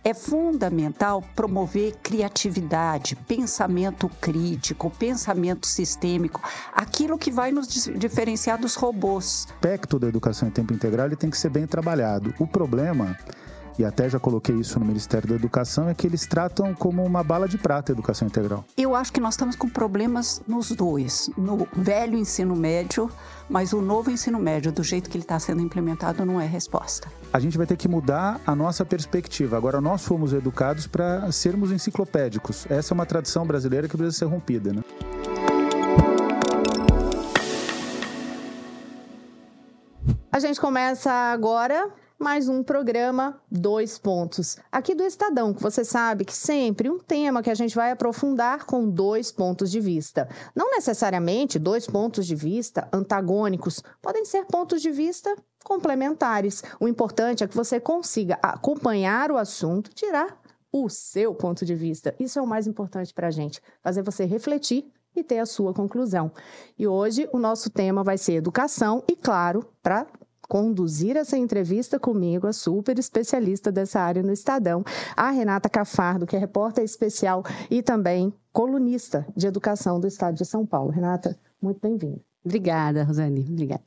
É fundamental promover criatividade, pensamento crítico, pensamento sistêmico, aquilo que vai nos diferenciar dos robôs. O aspecto da educação em tempo integral ele tem que ser bem trabalhado. O problema, e até já coloquei isso no Ministério da Educação, é que eles tratam como uma bala de prata a educação integral. Eu acho que nós estamos com problemas nos dois, no velho ensino médio, mas o novo ensino médio, do jeito que ele está sendo implementado, não é resposta. A gente vai ter que mudar a nossa perspectiva. Agora, nós fomos educados para sermos enciclopédicos. Essa é uma tradição brasileira que precisa ser rompida, né? A gente começa agora mais um programa 2 Pontos, aqui do Estadão, que você sabe que sempre um tema que a gente vai aprofundar com 2 pontos de vista. Não necessariamente 2 pontos de vista antagônicos, podem ser pontos de vista complementares. O importante é que você consiga acompanhar o assunto, tirar o seu ponto de vista. Isso é o mais importante para a gente, fazer você refletir e ter a sua conclusão. E hoje o nosso tema vai ser educação e, claro, para conduzir essa entrevista comigo, a super especialista dessa área no Estadão, a Renata Cafardo, que é repórter especial e também colunista de educação do Estado de São Paulo. Renata, muito bem-vinda. Obrigada, Rosane. Obrigada.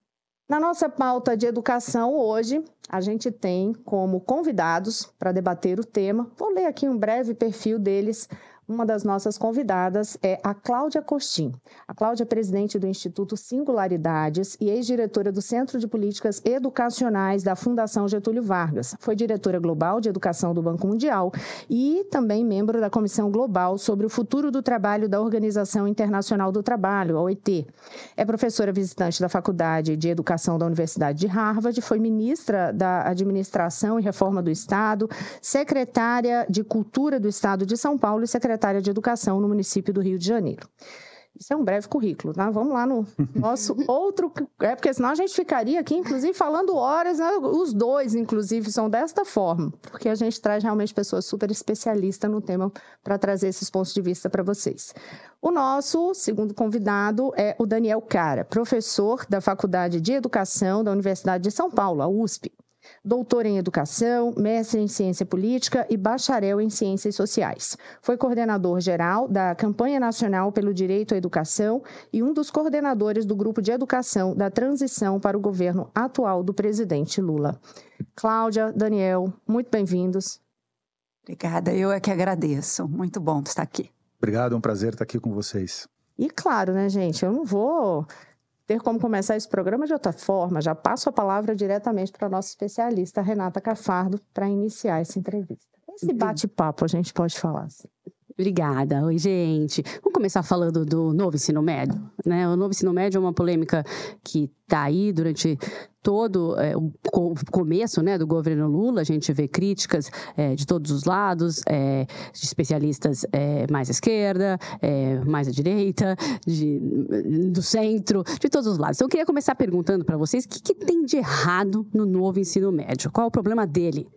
Na nossa pauta de educação hoje, a gente tem como convidados para debater o tema, vou ler aqui um breve perfil deles. Uma das nossas convidadas é a Cláudia Costin. A Cláudia é presidente do Instituto Singularidades e ex-diretora do Centro de Políticas Educacionais da Fundação Getúlio Vargas. Foi diretora global de educação do Banco Mundial e também membro da Comissão Global sobre o Futuro do Trabalho da Organização Internacional do Trabalho, a OIT. É professora visitante da Faculdade de Educação da Universidade de Harvard, foi ministra da Administração e Reforma do Estado, secretária de Cultura do Estado de São Paulo e secretária de Educação no município do Rio de Janeiro. Isso é um breve currículo, tá? Vamos lá no nosso outro... porque senão a gente ficaria aqui, inclusive, falando horas, né? Os dois, inclusive, são desta forma, porque a gente traz realmente pessoas super especialistas no tema para trazer esses pontos de vista para vocês. O nosso segundo convidado é o Daniel Cara, professor da Faculdade de Educação da Universidade de São Paulo, a USP. Doutor em Educação, mestre em Ciência Política e bacharel em Ciências Sociais. Foi coordenador geral da Campanha Nacional pelo Direito à Educação e um dos coordenadores do Grupo de Educação da Transição para o governo atual do presidente Lula. Cláudia, Daniel, muito bem-vindos. Obrigada, eu é que agradeço. Muito bom estar aqui. Obrigado, é um prazer estar aqui com vocês. E claro, né, gente, eu não vou ter como começar esse programa de outra forma. Já passo a palavra diretamente para a nossa especialista, Renata Cafardo, para iniciar essa entrevista. Esse bate-papo a gente pode falar assim. Obrigada. Oi, gente. Vamos começar falando do novo ensino médio, né? O novo ensino médio é uma polêmica que está aí durante todo o começo, né, do governo Lula. A gente vê críticas de todos os lados, de especialistas mais à esquerda, mais à direita, do centro, de todos os lados. Então, eu queria começar perguntando para vocês o que tem de errado no novo ensino médio? Qual é o problema dele?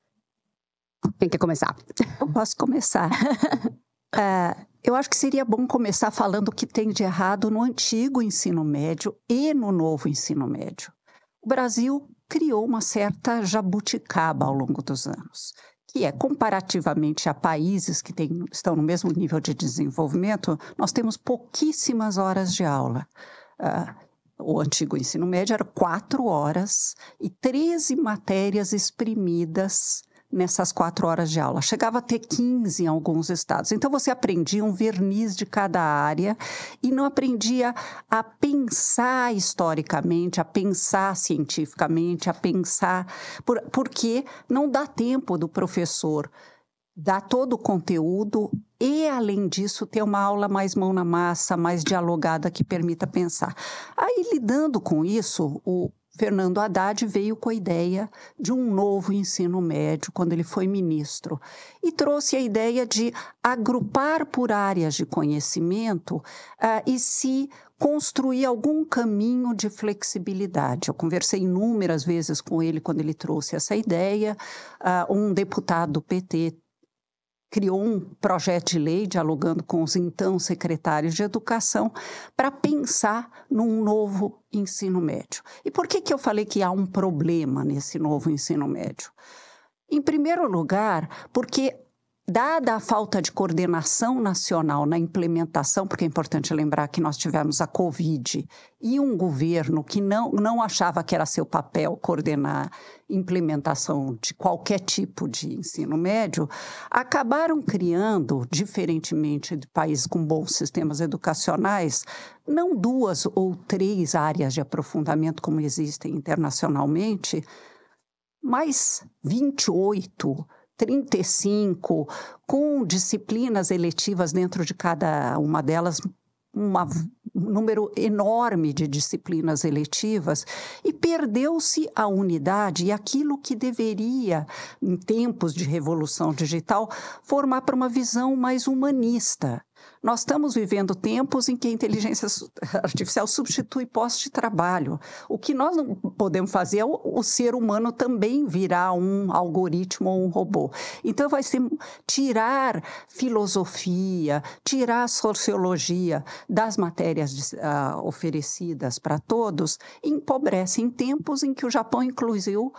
Quem quer começar? Eu posso começar. Eu acho que seria bom começar falando o que tem de errado no antigo ensino médio e no novo ensino médio. O Brasil criou uma certa jabuticaba ao longo dos anos, que é, comparativamente a países que estão no mesmo nível de desenvolvimento, nós temos pouquíssimas horas de aula. O antigo ensino médio era 4 horas e 13 matérias exprimidas nessas 4 horas de aula. Chegava a ter 15 em alguns estados. Então, você aprendia um verniz de cada área e não aprendia a pensar historicamente, a pensar cientificamente, a pensar... Porque não dá tempo do professor dar todo o conteúdo e, além disso, ter uma aula mais mão na massa, mais dialogada, que permita pensar. Aí, lidando com isso, o Fernando Haddad veio com a ideia de um novo ensino médio, quando ele foi ministro, e trouxe a ideia de agrupar por áreas de conhecimento e se construir algum caminho de flexibilidade. Eu conversei inúmeras vezes com ele quando ele trouxe essa ideia. Um deputado do PT criou um projeto de lei, dialogando com os então secretários de Educação, para pensar num novo ensino médio. E por que eu falei que há um problema nesse novo ensino médio? Em primeiro lugar, porque dada a falta de coordenação nacional na implementação, porque é importante lembrar que nós tivemos a Covid e um governo que não achava que era seu papel coordenar a implementação de qualquer tipo de ensino médio, acabaram criando, diferentemente de países com bons sistemas educacionais, não 2 ou 3 áreas de aprofundamento como existem internacionalmente, mas 28, 35, com disciplinas eletivas dentro de cada uma delas, um número enorme de disciplinas eletivas, e perdeu-se a unidade e aquilo que deveria, em tempos de revolução digital, formar para uma visão mais humanista. Nós estamos vivendo tempos em que a inteligência artificial substitui postos de trabalho. O que nós não podemos fazer é o ser humano também virar um algoritmo ou um robô. Então, vai ser tirar filosofia, tirar sociologia das matérias oferecidas para todos, empobrece em tempos em que o Japão incluiu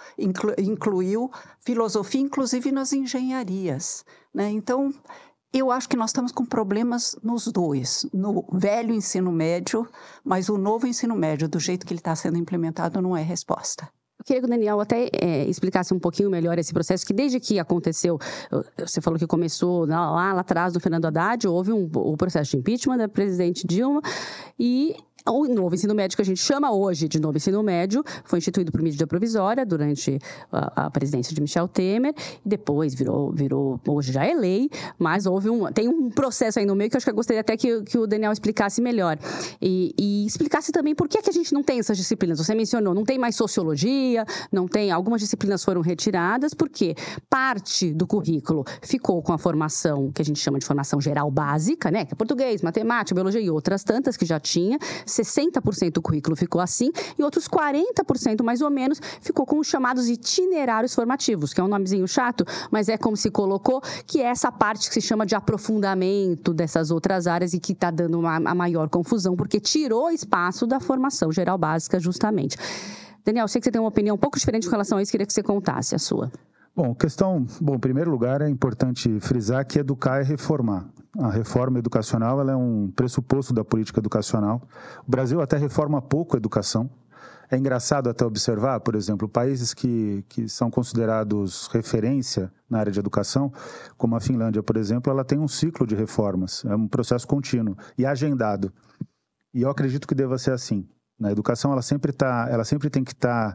filosofia, inclusive nas engenharias, né? Então, eu acho que nós estamos com problemas nos dois, no velho ensino médio, mas o novo ensino médio, do jeito que ele está sendo implementado, não é resposta. Eu queria que o Daniel até explicasse um pouquinho melhor esse processo, que desde que aconteceu, você falou que começou lá atrás do Fernando Haddad, houve o processo de impeachment da presidente Dilma, e o novo ensino médio, que a gente chama hoje de novo ensino médio, foi instituído por medida provisória durante a presidência de Michel Temer, e depois virou hoje já é lei, mas tem um processo aí no meio que eu acho que eu gostaria até que o Daniel explicasse melhor. E explicasse também por que a gente não tem essas disciplinas. Você mencionou, não tem mais sociologia, algumas disciplinas foram retiradas, porque parte do currículo ficou com a formação, que a gente chama de formação geral básica, né? Que é português, matemática, biologia e outras tantas que já tinha. 60% do currículo ficou assim, e outros 40%, mais ou menos, ficou com os chamados itinerários formativos, que é um nomezinho chato, mas é como se colocou, que é essa parte que se chama de aprofundamento dessas outras áreas e que está dando a maior confusão, porque tirou espaço da formação geral básica, justamente. Daniel, eu sei que você tem uma opinião um pouco diferente com relação a isso, queria que você contasse a sua. Bom, em primeiro lugar, é importante frisar que educar é reformar. A reforma educacional ela é um pressuposto da política educacional. O Brasil até reforma pouco a educação. É engraçado até observar, por exemplo, países que são considerados referência na área de educação, como a Finlândia, por exemplo, ela tem um ciclo de reformas, é um processo contínuo e agendado. E eu acredito que deva ser assim. Na educação, ela sempre tem que estar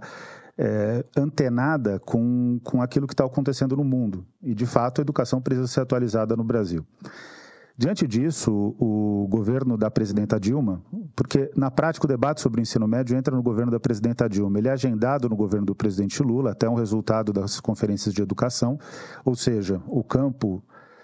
antenada com aquilo que está acontecendo no mundo. E, de fato, a educação precisa ser atualizada no Brasil. Diante disso, o governo da presidenta Dilma, porque na prática o debate sobre o ensino médio entra no governo da presidenta Dilma, ele é agendado no governo do presidente Lula, até um resultado das conferências de educação, ou seja, o campo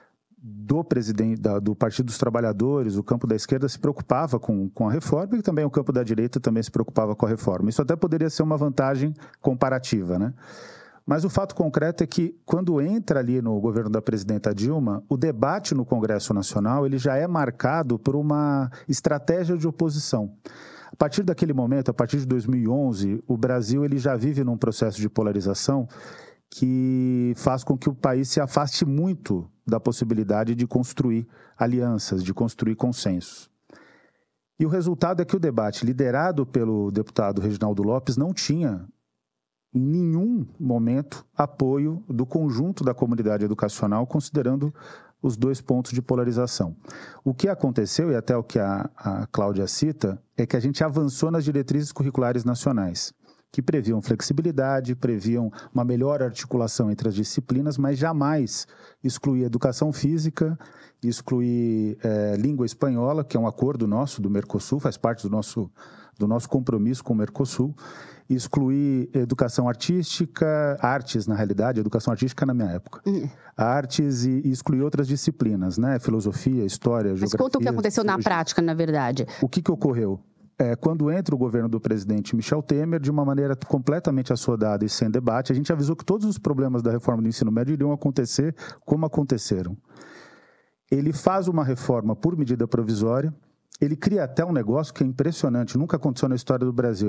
do Partido dos Trabalhadores, o campo da esquerda se preocupava com a reforma e também o campo da direita também se preocupava com a reforma. Isso até poderia ser uma vantagem comparativa, né? Mas o fato concreto é que, quando entra ali no governo da presidenta Dilma, o debate no Congresso Nacional ele já é marcado por uma estratégia de oposição. A partir daquele momento, a partir de 2011, o Brasil ele já vive num processo de polarização que faz com que o país se afaste muito da possibilidade de construir alianças, de construir consensos. E o resultado é que o debate liderado pelo deputado Reginaldo Lopes não tinha em nenhum momento apoio do conjunto da comunidade educacional, considerando os dois pontos de polarização. O que aconteceu, e até o que a Cláudia cita, é que a gente avançou nas diretrizes curriculares nacionais, que previam flexibilidade, previam uma melhor articulação entre as disciplinas, mas jamais excluir educação física, excluir língua espanhola, que é um acordo nosso do Mercosul, faz parte do nosso compromisso com o Mercosul, excluir educação artística, artes na realidade, educação artística na minha época, artes e excluir outras disciplinas, né? Filosofia, história, geografia. Mas conta o que aconteceu na prática, na verdade. O que ocorreu? Quando entra o governo do presidente Michel Temer, de uma maneira completamente assodada e sem debate, a gente avisou que todos os problemas da reforma do ensino médio iriam acontecer como aconteceram. Ele faz uma reforma por medida provisória, ele cria até um negócio que é impressionante, nunca aconteceu na história do Brasil.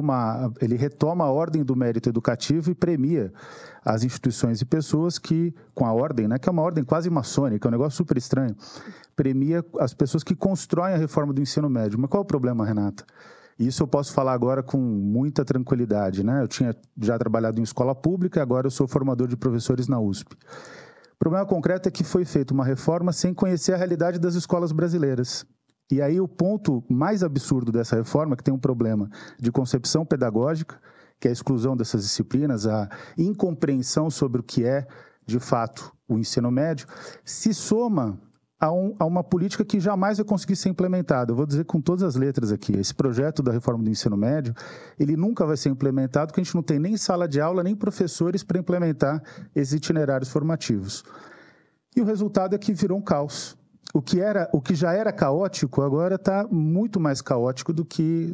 Ele retoma a ordem do mérito educativo e premia as instituições e pessoas que, com a ordem, né, que é uma ordem quase maçônica, é um negócio super estranho, premia as pessoas que constroem a reforma do ensino médio. Mas qual é o problema, Renata? Isso eu posso falar agora com muita tranquilidade, né? Eu tinha já trabalhado em escola pública e agora eu sou formador de professores na USP. O problema concreto é que foi feita uma reforma sem conhecer a realidade das escolas brasileiras. E aí o ponto mais absurdo dessa reforma, que tem um problema de concepção pedagógica, que é a exclusão dessas disciplinas, a incompreensão sobre o que é, de fato, o ensino médio, se soma a uma política que jamais vai conseguir ser implementada. Eu vou dizer com todas as letras aqui, esse projeto da reforma do ensino médio, ele nunca vai ser implementado, porque a gente não tem nem sala de aula, nem professores para implementar esses itinerários formativos. E o resultado é que virou um caos. O que já era caótico, agora está muito mais caótico do que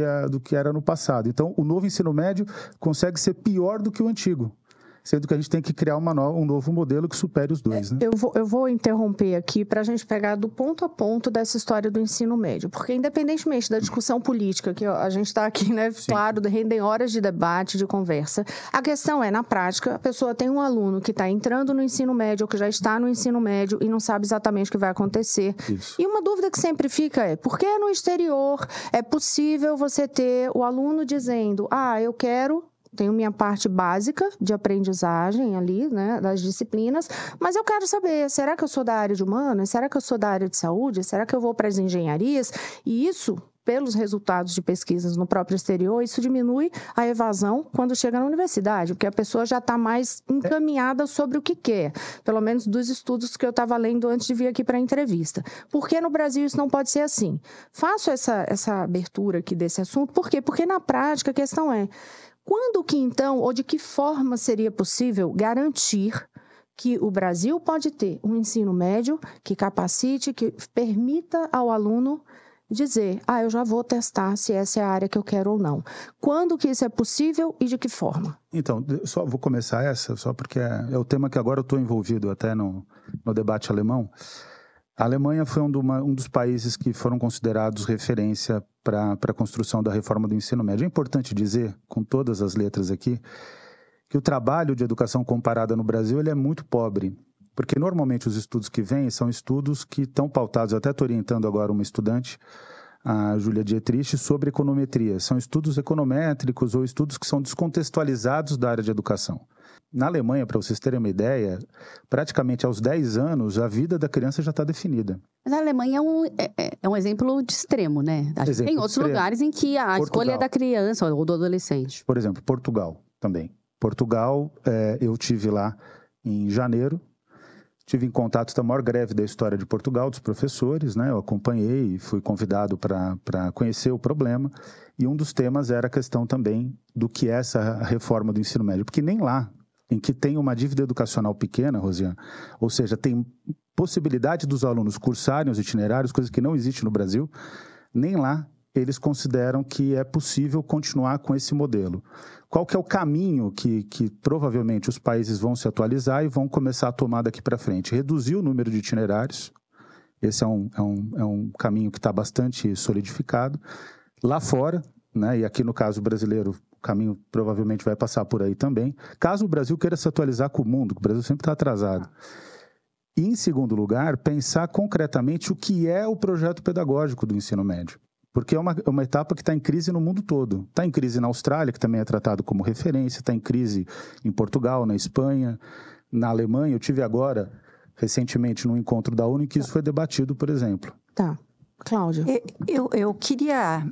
era no passado. Então, o novo ensino médio consegue ser pior do que o antigo, sendo que a gente tem que criar um novo modelo que supere os dois. Né? Eu vou interromper aqui para a gente pegar do ponto a ponto dessa história do ensino médio, porque independentemente da discussão política, que a gente está aqui, né, claro, rendem horas de debate, de conversa, a questão é, na prática, a pessoa tem um aluno que está entrando no ensino médio ou que já está no ensino médio e não sabe exatamente o que vai acontecer. Isso. E uma dúvida que sempre fica é, por que no exterior é possível você ter o aluno dizendo, eu tenho minha parte básica de aprendizagem ali, né, das disciplinas, mas eu quero saber, será que eu sou da área de humanas? Será que eu sou da área de saúde? Será que eu vou para as engenharias? E isso, pelos resultados de pesquisas no próprio exterior, isso diminui a evasão quando chega na universidade, porque a pessoa já está mais encaminhada sobre o que quer, pelo menos dos estudos que eu estava lendo antes de vir aqui para a entrevista. Por que no Brasil isso não pode ser assim? Faço essa abertura aqui desse assunto, por quê? Porque na prática a questão é, quando que então, ou de que forma seria possível garantir que o Brasil pode ter um ensino médio que capacite, que permita ao aluno dizer, eu já vou testar se essa é a área que eu quero ou não. Quando que isso é possível e de que forma? Então, só vou começar só porque é o tema que agora eu estou envolvido até no debate alemão. A Alemanha foi um dos países que foram considerados referência para a construção da reforma do ensino médio. É importante dizer, com todas as letras aqui, que o trabalho de educação comparada no Brasil ele é muito pobre, porque normalmente os estudos que vêm são estudos que estão pautados, eu até estou orientando agora uma estudante, a Júlia Dietrich, sobre econometria. São estudos econométricos ou estudos que são descontextualizados da área de educação. Na Alemanha, para vocês terem uma ideia, praticamente aos 10 anos, a vida da criança já está definida. Mas a Alemanha é um exemplo de extremo, né? Tem outros lugares em que a escolha é da criança ou do adolescente. Por exemplo, Portugal também. Portugal, eu tive lá em janeiro, tive em contato da maior greve da história de Portugal, dos professores, né? Eu acompanhei e fui convidado para conhecer o problema. E um dos temas era a questão também do que é essa reforma do ensino médio. Porque nem lá, em que tem uma dívida educacional pequena, Rosiane, ou seja, tem possibilidade dos alunos cursarem os itinerários, coisa que não existe no Brasil, nem lá eles consideram que é possível continuar com esse modelo. Qual que é o caminho que provavelmente os países vão se atualizar e vão começar a tomar daqui para frente? Reduzir o número de itinerários, esse é um caminho que está bastante solidificado. Lá fora, né, e aqui no caso brasileiro, o caminho provavelmente vai passar por aí também, caso o Brasil queira se atualizar com o mundo, que o Brasil sempre está atrasado. E, em segundo lugar, pensar concretamente o que é o projeto pedagógico do ensino médio. Porque é uma etapa que está em crise no mundo todo. Está em crise na Austrália, que também é tratado como referência, está em crise em Portugal, na Espanha, na Alemanha. Eu tive agora, recentemente, num encontro da ONU, em que isso foi debatido, por exemplo. Tá. Cláudia. Eu queria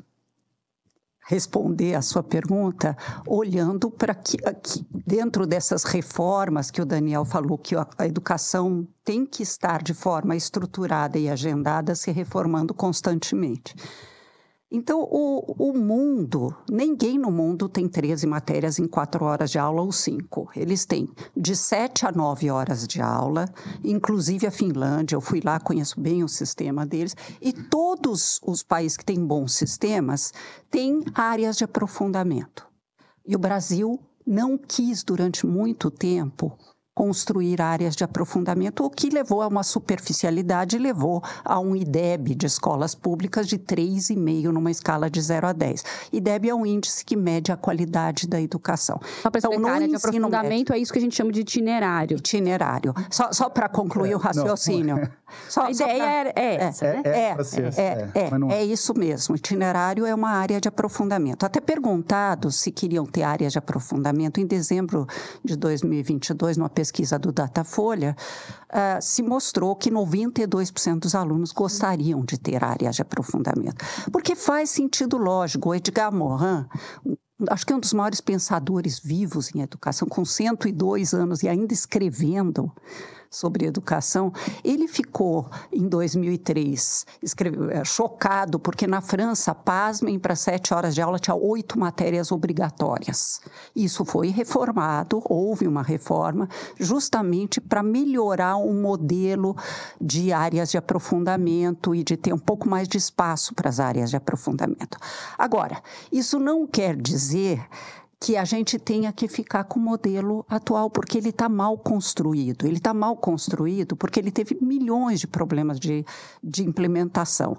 responder a sua pergunta olhando para que dentro dessas reformas que o Daniel falou, que a educação tem que estar de forma estruturada e agendada, se reformando constantemente. Então, o mundo, ninguém no mundo tem 13 matérias em 4 horas de aula ou 5. Eles têm de 7 a 9 horas de aula, inclusive a Finlândia, eu fui lá, conheço bem o sistema deles, e todos os países que têm bons sistemas têm áreas de aprofundamento. E o Brasil não quis, durante muito tempo, construir áreas de aprofundamento, o que levou a uma superficialidade, levou a um IDEB de escolas públicas de 3,5 numa escala de 0 a 10. IDEB é um índice que mede a qualidade da educação. Só para explicar, área de aprofundamento é isso que a gente chama de itinerário. Itinerário. Só para concluir o raciocínio. A ideia é essa, né? É isso mesmo. Itinerário é uma área de aprofundamento. Até perguntado se queriam ter áreas de aprofundamento, em dezembro de 2022, numa pesquisa do Datafolha, se mostrou que 92% dos alunos gostariam de ter áreas de aprofundamento. Porque faz sentido lógico. O Edgar Morin, acho que é um dos maiores pensadores vivos em educação, com 102 anos e ainda escrevendo sobre educação, ele ficou, em 2003, chocado, porque na França, pasmem, para 7 horas de aula tinha 8 matérias obrigatórias. Isso foi reformado, houve uma reforma, justamente para melhorar o modelo de áreas de aprofundamento e de ter um pouco mais de espaço para as áreas de aprofundamento. Agora, isso não quer dizer que a gente tenha que ficar com o modelo atual, porque ele está mal construído. Ele está mal construído porque ele teve milhões de problemas de implementação.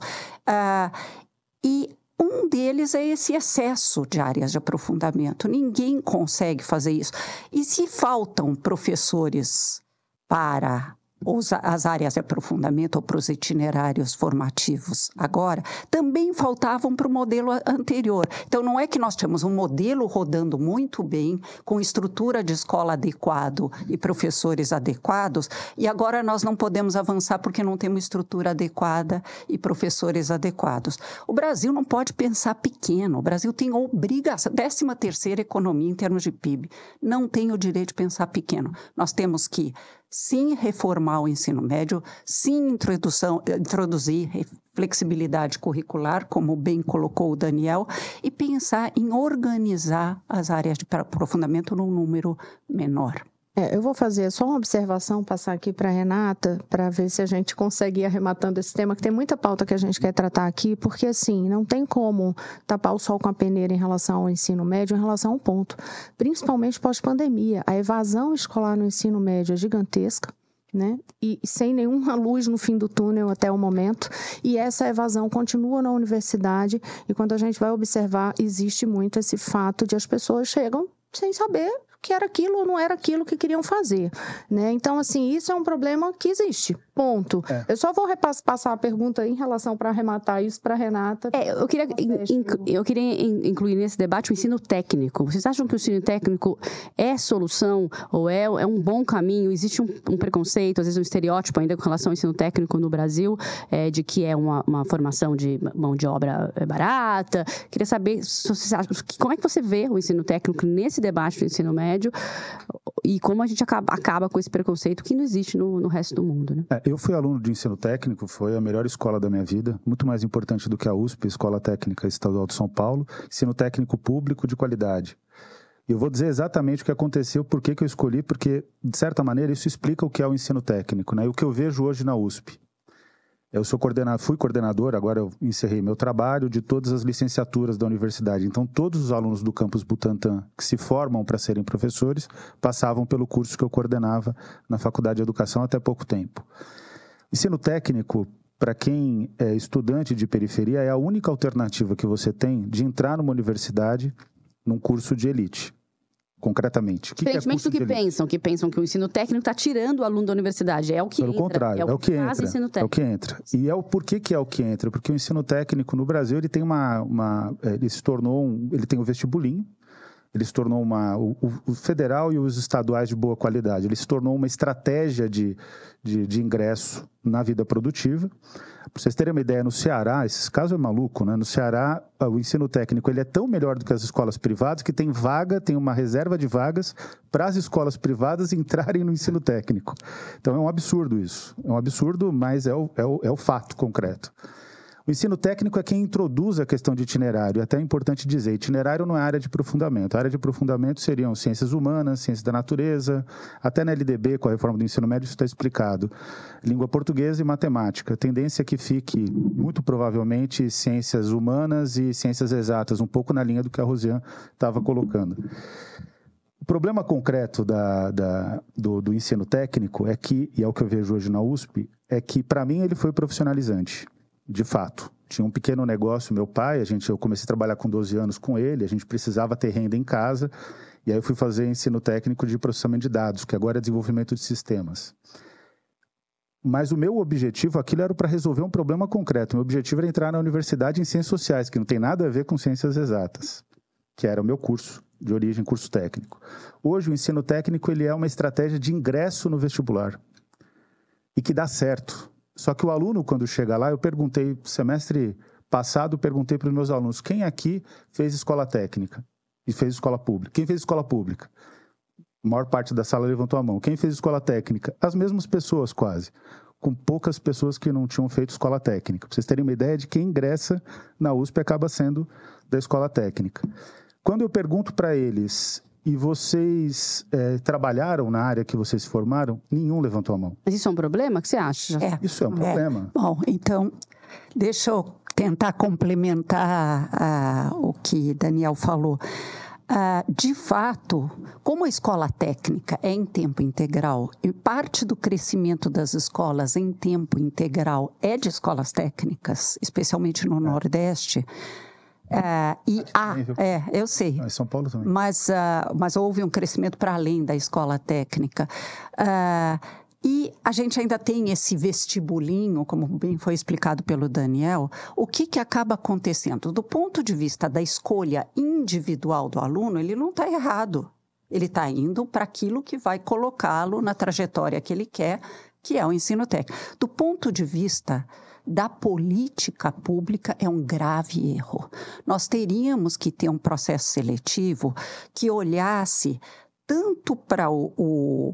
E um deles é esse excesso de áreas de aprofundamento. Ninguém consegue fazer isso. E se faltam professores para as áreas de aprofundamento ou para os itinerários formativos agora, também faltavam para o modelo anterior. Então, não é que nós temos um modelo rodando muito bem, com estrutura de escola adequado e professores adequados, e agora nós não podemos avançar porque não temos estrutura adequada e professores adequados. O Brasil não pode pensar pequeno. O Brasil tem obrigação, 13ª economia em termos de PIB, não tem o direito de pensar pequeno. Nós temos que sim reformar o ensino médio, sim introduzir flexibilidade curricular, como bem colocou o Daniel, e pensar em organizar as áreas de aprofundamento num número menor. Eu vou fazer só uma observação, passar aqui para a Renata, para ver se a gente consegue ir arrematando esse tema, que tem muita pauta que a gente quer tratar aqui, porque assim, não tem como tapar o sol com a peneira em relação ao ensino médio, em relação ao ponto, principalmente pós-pandemia. A evasão escolar no ensino médio é gigantesca, né? E sem nenhuma luz no fim do túnel até o momento, e essa evasão continua na universidade, e quando a gente vai observar, existe muito esse fato de as pessoas chegam sem saber que era aquilo ou não era aquilo que queriam fazer, né? Então, assim, isso é um problema que existe, ponto. Eu só vou passar a pergunta em relação para arrematar isso para a Renata. Eu queria incluir nesse debate o ensino técnico. Vocês acham que o ensino técnico é solução ou é um bom caminho? Existe um preconceito, às vezes um estereótipo ainda com relação ao ensino técnico no Brasil, de que é uma formação de mão de obra barata. Queria saber como é que você vê o ensino técnico nesse debate do ensino médio e como a gente acaba com esse preconceito que não existe no resto do mundo, né? Eu fui aluno de ensino técnico, foi a melhor escola da minha vida, muito mais importante do que a USP, Escola Técnica Estadual de São Paulo, ensino técnico público de qualidade. Eu vou dizer exatamente o que aconteceu, por que eu escolhi, porque, de certa maneira, isso explica o que é o ensino técnico, né? E o que eu vejo hoje na USP. Eu fui coordenador, agora eu encerrei meu trabalho, de todas as licenciaturas da universidade. Então, todos os alunos do campus Butantã que se formam para serem professores passavam pelo curso que eu coordenava na Faculdade de Educação até pouco tempo. Ensino técnico, para quem é estudante de periferia, é a única alternativa que você tem de entrar numa universidade num curso de elite. Concretamente. Diferentemente do que pensam que o ensino técnico está tirando o aluno da universidade. É o que entra. Pelo contrário, é o que entra. É o que entra. E por que é o que entra? Porque o ensino técnico no Brasil, ele tem ele se tornou ele tem o vestibulinho, ele se tornou o federal e os estaduais de boa qualidade. Ele se tornou uma estratégia de ingresso na vida produtiva. Para vocês terem uma ideia, no Ceará, esse caso é maluco, né? No Ceará, o ensino técnico ele é tão melhor do que as escolas privadas que tem uma reserva de vagas para as escolas privadas entrarem no ensino técnico. Então é um absurdo isso. É um absurdo, mas é o fato concreto. O ensino técnico é quem introduz a questão de itinerário. Até é importante dizer, itinerário não é área de aprofundamento. A área de aprofundamento seriam ciências humanas, ciências da natureza, até na LDB, com a reforma do ensino médio, isso está explicado. Língua portuguesa e matemática. A tendência é que fique, muito provavelmente, ciências humanas e ciências exatas, um pouco na linha do que a Rosiane estava colocando. O problema concreto do ensino técnico é que, e é o que eu vejo hoje na USP, é que, para mim, ele foi profissionalizante, de fato. Tinha um pequeno negócio, meu pai, eu comecei a trabalhar com 12 anos com ele, a gente precisava ter renda em casa, e aí eu fui fazer ensino técnico de processamento de dados, que agora é desenvolvimento de sistemas. Mas o meu objetivo, aquilo era para resolver um problema concreto. O meu objetivo era entrar na universidade em ciências sociais, que não tem nada a ver com ciências exatas, que era o meu curso de origem, curso técnico. Hoje, o ensino técnico ele é uma estratégia de ingresso no vestibular e que dá certo. Só que o aluno, quando chega lá, eu perguntei, semestre passado, perguntei para os meus alunos, quem aqui fez escola técnica e fez escola pública? Quem fez escola pública? A maior parte da sala levantou a mão. Quem fez escola técnica? As mesmas pessoas, quase. Com poucas pessoas que não tinham feito escola técnica. Para vocês terem uma ideia de quem ingressa na USP acaba sendo da escola técnica. Quando eu pergunto para eles, e vocês trabalharam na área que vocês se formaram, nenhum levantou a mão. Mas isso é um problema? O que você acha? Isso é um problema. Bom, então, deixa eu tentar complementar o que Daniel falou. De fato, como a escola técnica é em tempo integral, e parte do crescimento das escolas em tempo integral é de escolas técnicas, especialmente no Nordeste, eu sei. Em São Paulo também. Mas houve um crescimento para além da escola técnica. E a gente ainda tem esse vestibulinho, como bem foi explicado pelo Daniel. O que acaba acontecendo? Do ponto de vista da escolha individual do aluno, ele não está errado. Ele está indo para aquilo que vai colocá-lo na trajetória que ele quer, que é o ensino técnico. Do ponto de vista da política pública, é um grave erro. Nós teríamos que ter um processo seletivo que olhasse tanto para o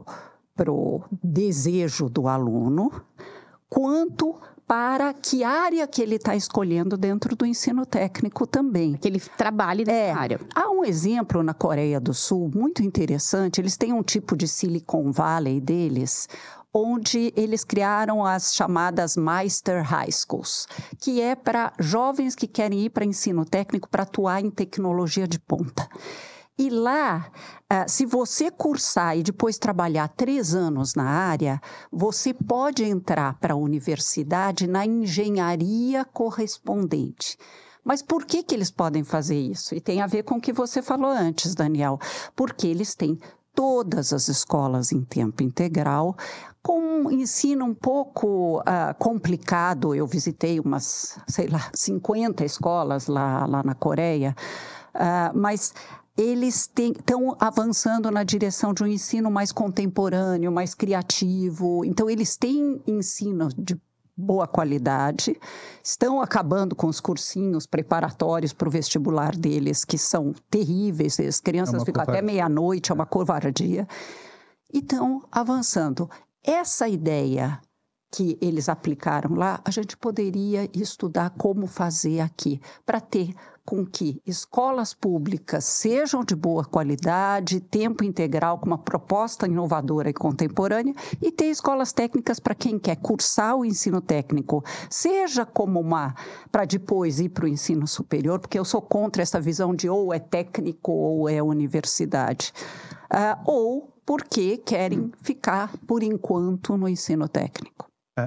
desejo do aluno, quanto para que área que ele está escolhendo dentro do ensino técnico também. Que ele trabalhe nessa área. Há um exemplo na Coreia do Sul muito interessante. Eles têm um tipo de Silicon Valley deles, onde eles criaram as chamadas Master High Schools, que é para jovens que querem ir para ensino técnico para atuar em tecnologia de ponta. E lá, se você cursar e depois trabalhar 3 anos na área, você pode entrar para a universidade na engenharia correspondente. Mas por que eles podem fazer isso? E tem a ver com o que você falou antes, Daniel. Porque eles têm todas as escolas em tempo integral, com um ensino um pouco complicado. Eu visitei umas, 50 escolas lá na Coreia, mas eles estão avançando na direção de um ensino mais contemporâneo, mais criativo. Então, eles têm ensino de boa qualidade, estão acabando com os cursinhos preparatórios para o vestibular deles, que são terríveis, as crianças ficam até meia-noite, é uma covardia, e estão avançando. Essa ideia que eles aplicaram lá, a gente poderia estudar como fazer aqui, para ter com que escolas públicas sejam de boa qualidade, tempo integral, com uma proposta inovadora e contemporânea, e ter escolas técnicas para quem quer cursar o ensino técnico, seja como para depois ir para o ensino superior, porque eu sou contra essa visão de ou é técnico ou é universidade, ou porque querem ficar, por enquanto, no ensino técnico.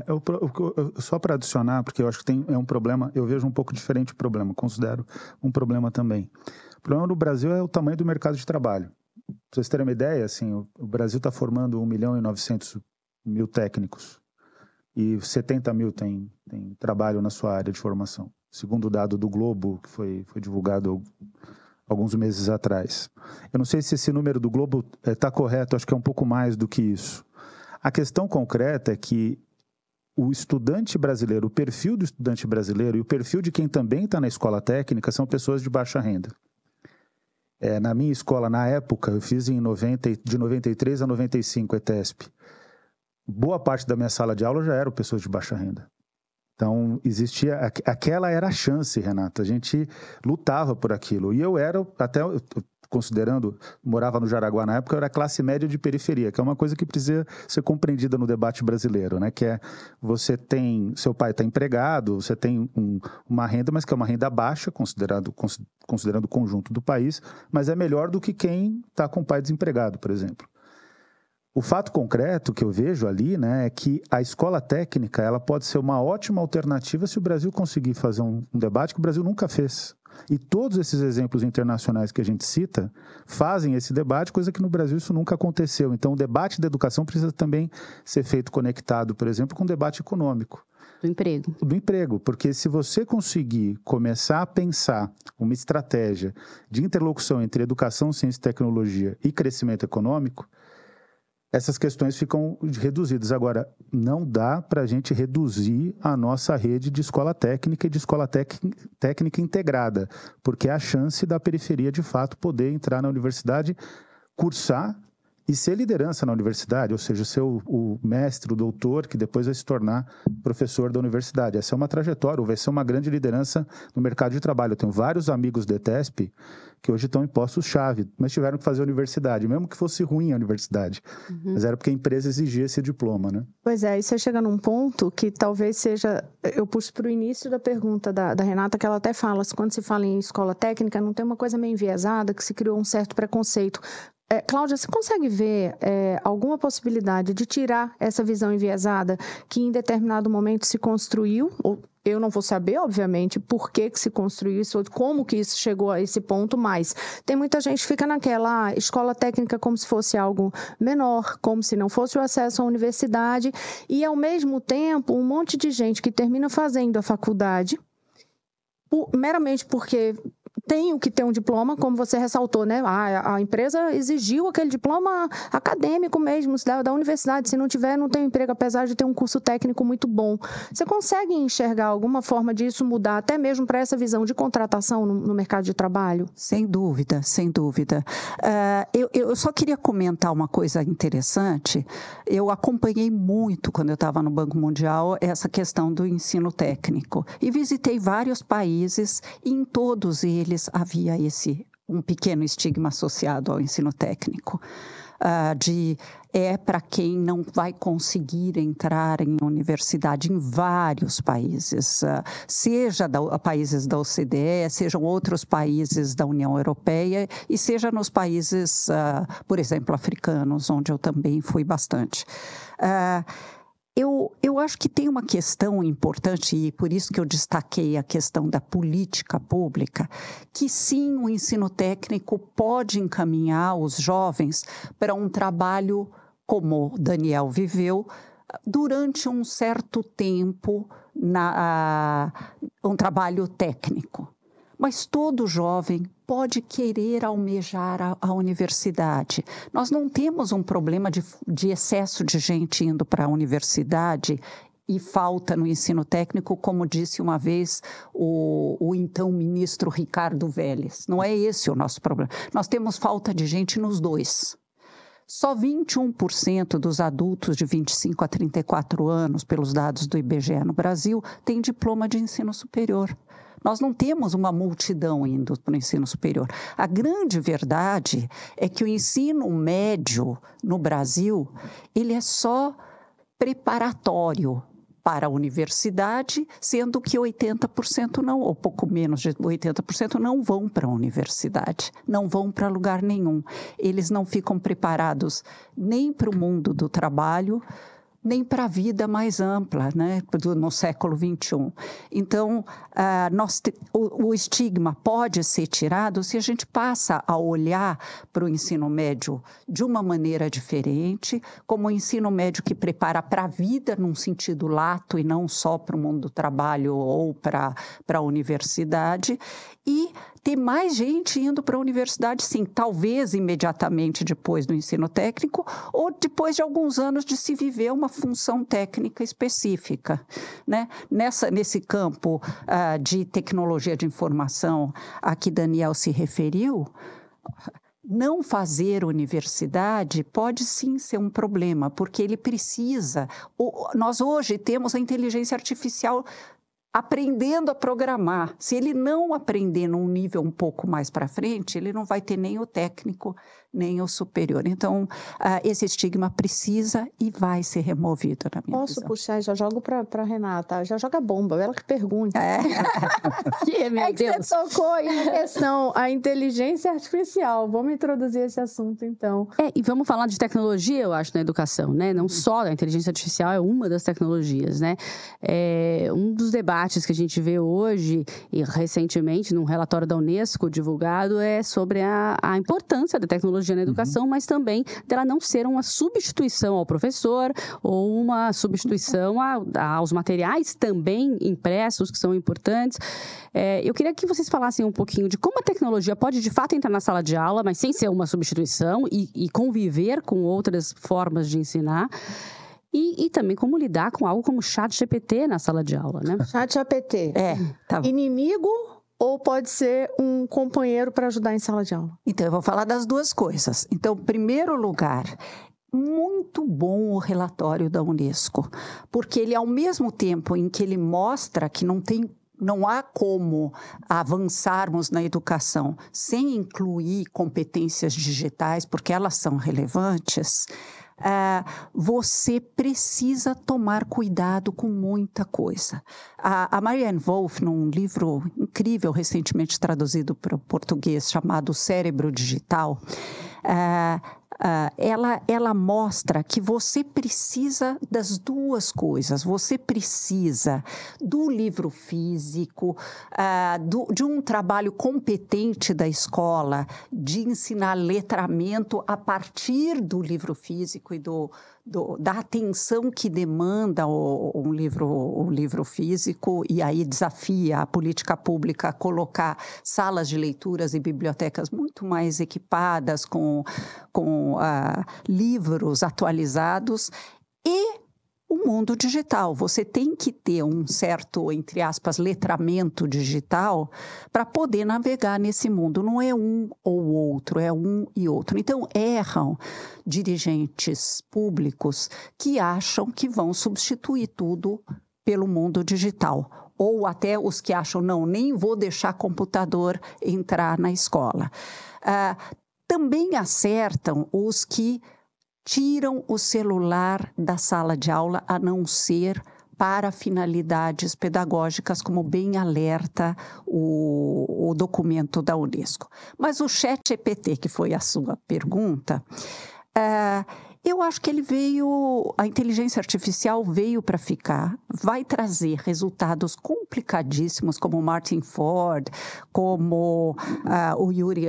Só para adicionar, porque eu acho que é um problema, eu vejo um pouco diferente o problema, considero um problema também. O problema no Brasil é o tamanho do mercado de trabalho. Para vocês terem uma ideia, assim, o Brasil está formando 1.900.000 técnicos e 70 mil tem trabalho na sua área de formação, segundo o dado do Globo, que foi divulgado alguns meses atrás. Eu não sei se esse número do Globo está correto, acho que é um pouco mais do que isso. A questão concreta é que o estudante brasileiro, o perfil do estudante brasileiro e o perfil de quem também está na escola técnica são pessoas de baixa renda. Na minha escola, na época, eu fiz de 93 a 95 ETESP. Boa parte da minha sala de aula já eram pessoas de baixa renda. Então, aquela era a chance, Renata. A gente lutava por aquilo. E eu era, até considerando, morava no Jaraguá na época, eu era classe média de periferia, que é uma coisa que precisa ser compreendida no debate brasileiro, né? Que é, seu pai está empregado, você tem uma renda, mas que é uma renda baixa, considerando o conjunto do país, mas é melhor do que quem está com o pai desempregado, por exemplo. O fato concreto que eu vejo ali, né, é que a escola técnica ela pode ser uma ótima alternativa se o Brasil conseguir fazer um debate que o Brasil nunca fez. E todos esses exemplos internacionais que a gente cita fazem esse debate, coisa que no Brasil isso nunca aconteceu. Então, o debate da educação precisa também ser feito conectado, por exemplo, com o debate econômico. Do emprego, porque se você conseguir começar a pensar uma estratégia de interlocução entre educação, ciência e tecnologia e crescimento econômico, essas questões ficam reduzidas. Agora, não dá para a gente reduzir a nossa rede de escola técnica e de escola técnica integrada, porque é a chance da periferia, de fato, poder entrar na universidade, cursar e ser liderança na universidade, ou seja, ser o mestre, o doutor, que depois vai se tornar professor da universidade. Essa é uma trajetória, ou vai ser uma grande liderança no mercado de trabalho. Eu tenho vários amigos da ETESP que hoje estão em postos-chave, mas tiveram que fazer a universidade, mesmo que fosse ruim a universidade. Mas era porque a empresa exigia esse diploma, né? Pois é, aí você chega num ponto que talvez seja... Eu puxo para o início da pergunta da Renata, que ela até fala, quando se fala em escola técnica, não tem uma coisa meio enviesada, que se criou um certo preconceito. Cláudia, você consegue ver alguma possibilidade de tirar essa visão enviesada que em determinado momento se construiu? Eu não vou saber, obviamente, por que se construiu isso, como que isso chegou a esse ponto, mas tem muita gente que fica naquela escola técnica como se fosse algo menor, como se não fosse o acesso à universidade, e ao mesmo tempo um monte de gente que termina fazendo a faculdade meramente porque... tem que ter um diploma, como você ressaltou, né? A empresa exigiu aquele diploma acadêmico mesmo, da universidade. Se não tiver, não tem emprego, apesar de ter um curso técnico muito bom. Você consegue enxergar alguma forma disso mudar, até mesmo para essa visão de contratação no mercado de trabalho? Sem dúvida, sem dúvida. Eu só queria comentar uma coisa interessante. Eu acompanhei muito, quando eu estava no Banco Mundial, essa questão do ensino técnico. E visitei vários países, e em todos eles havia um pequeno estigma associado ao ensino técnico, para quem não vai conseguir entrar em universidade em vários países, seja países da OCDE, sejam outros países da União Europeia e seja nos países, por exemplo, africanos, onde eu também fui bastante. Eu acho que tem uma questão importante, e por isso que eu destaquei a questão da política pública, que sim, o ensino técnico pode encaminhar os jovens para um trabalho como o Daniel viveu, durante um certo tempo, um trabalho técnico. Mas todo jovem pode querer almejar a universidade. Nós não temos um problema de excesso de gente indo para a universidade e falta no ensino técnico, como disse uma vez o então ministro Ricardo Vélez. Não é esse o nosso problema. Nós temos falta de gente nos dois. Só 21% dos adultos de 25 a 34 anos, pelos dados do IBGE no Brasil, têm diploma de ensino superior. Nós não temos uma multidão indo para o ensino superior. A grande verdade é que o ensino médio no Brasil, ele é só preparatório para a universidade, sendo que 80% não, ou pouco menos de 80% não vão para a universidade, não vão para lugar nenhum. Eles não ficam preparados nem para o mundo do trabalho, nem para a vida mais ampla, né, no século XXI. Então, o estigma pode ser tirado se a gente passa a olhar para o ensino médio de uma maneira diferente, como o ensino médio que prepara para a vida num sentido lato e não só para o mundo do trabalho ou para a universidade, e ter mais gente indo para a universidade, sim, talvez imediatamente depois do ensino técnico ou depois de alguns anos de se viver uma função técnica específica, né? Nesse campo de tecnologia de informação a que Daniel se referiu, não fazer universidade pode sim ser um problema, porque ele precisa... Nós hoje temos a inteligência artificial aprendendo a programar. Se ele não aprender num nível um pouco mais para frente, ele não vai ter nem o técnico, nem o superior. Então, esse estigma precisa e vai ser removido, na minha visão. Posso puxar? Já jogo para a Renata. Já joga bomba, ela que pergunta. Meu Deus. Você tocou aí na questão, a inteligência artificial. Vamos introduzir esse assunto, então. E vamos falar de tecnologia, eu acho, na educação, né? Não só a inteligência artificial é uma das tecnologias, né? Um dos debates que a gente vê hoje, e recentemente, num relatório da Unesco divulgado, é sobre a importância da tecnologia na educação, mas também dela não ser uma substituição ao professor ou uma substituição aos materiais também impressos, que são importantes. Eu queria que vocês falassem um pouquinho de como a tecnologia pode, de fato, entrar na sala de aula, mas sem ser uma substituição e conviver com outras formas de ensinar. E também como lidar com algo como ChatGPT na sala de aula, né? ChatGPT. Tá bom. Inimigo ou pode ser um companheiro para ajudar em sala de aula? Então, eu vou falar das duas coisas. Então, em primeiro lugar, muito bom o relatório da Unesco, porque ele, ao mesmo tempo em que ele mostra que não há como avançarmos na educação sem incluir competências digitais, porque elas são relevantes, você precisa tomar cuidado com muita coisa. A Marianne Wolf, num livro incrível, recentemente traduzido para o português, chamado Cérebro Digital, ela mostra que você precisa das duas coisas. Você precisa do livro físico, de um trabalho competente da escola, de ensinar letramento a partir do livro físico e da atenção que demanda o livro físico, e aí desafia a política pública a colocar salas de leituras e bibliotecas muito mais equipadas com livros atualizados, e o mundo digital. Você tem que ter um certo, entre aspas, letramento digital para poder navegar nesse mundo. Não é um ou outro, é um e outro. Então, erram dirigentes públicos que acham que vão substituir tudo pelo mundo digital. Ou até os que acham, não, nem vou deixar computador entrar na escola. Também acertam os que tiram o celular da sala de aula, a não ser para finalidades pedagógicas, como bem alerta o documento da Unesco. Mas o ChatGPT, que foi a sua pergunta, eu acho que a inteligência artificial veio para ficar, vai trazer resultados complicadíssimos, como o Martin Ford, como o Yuri...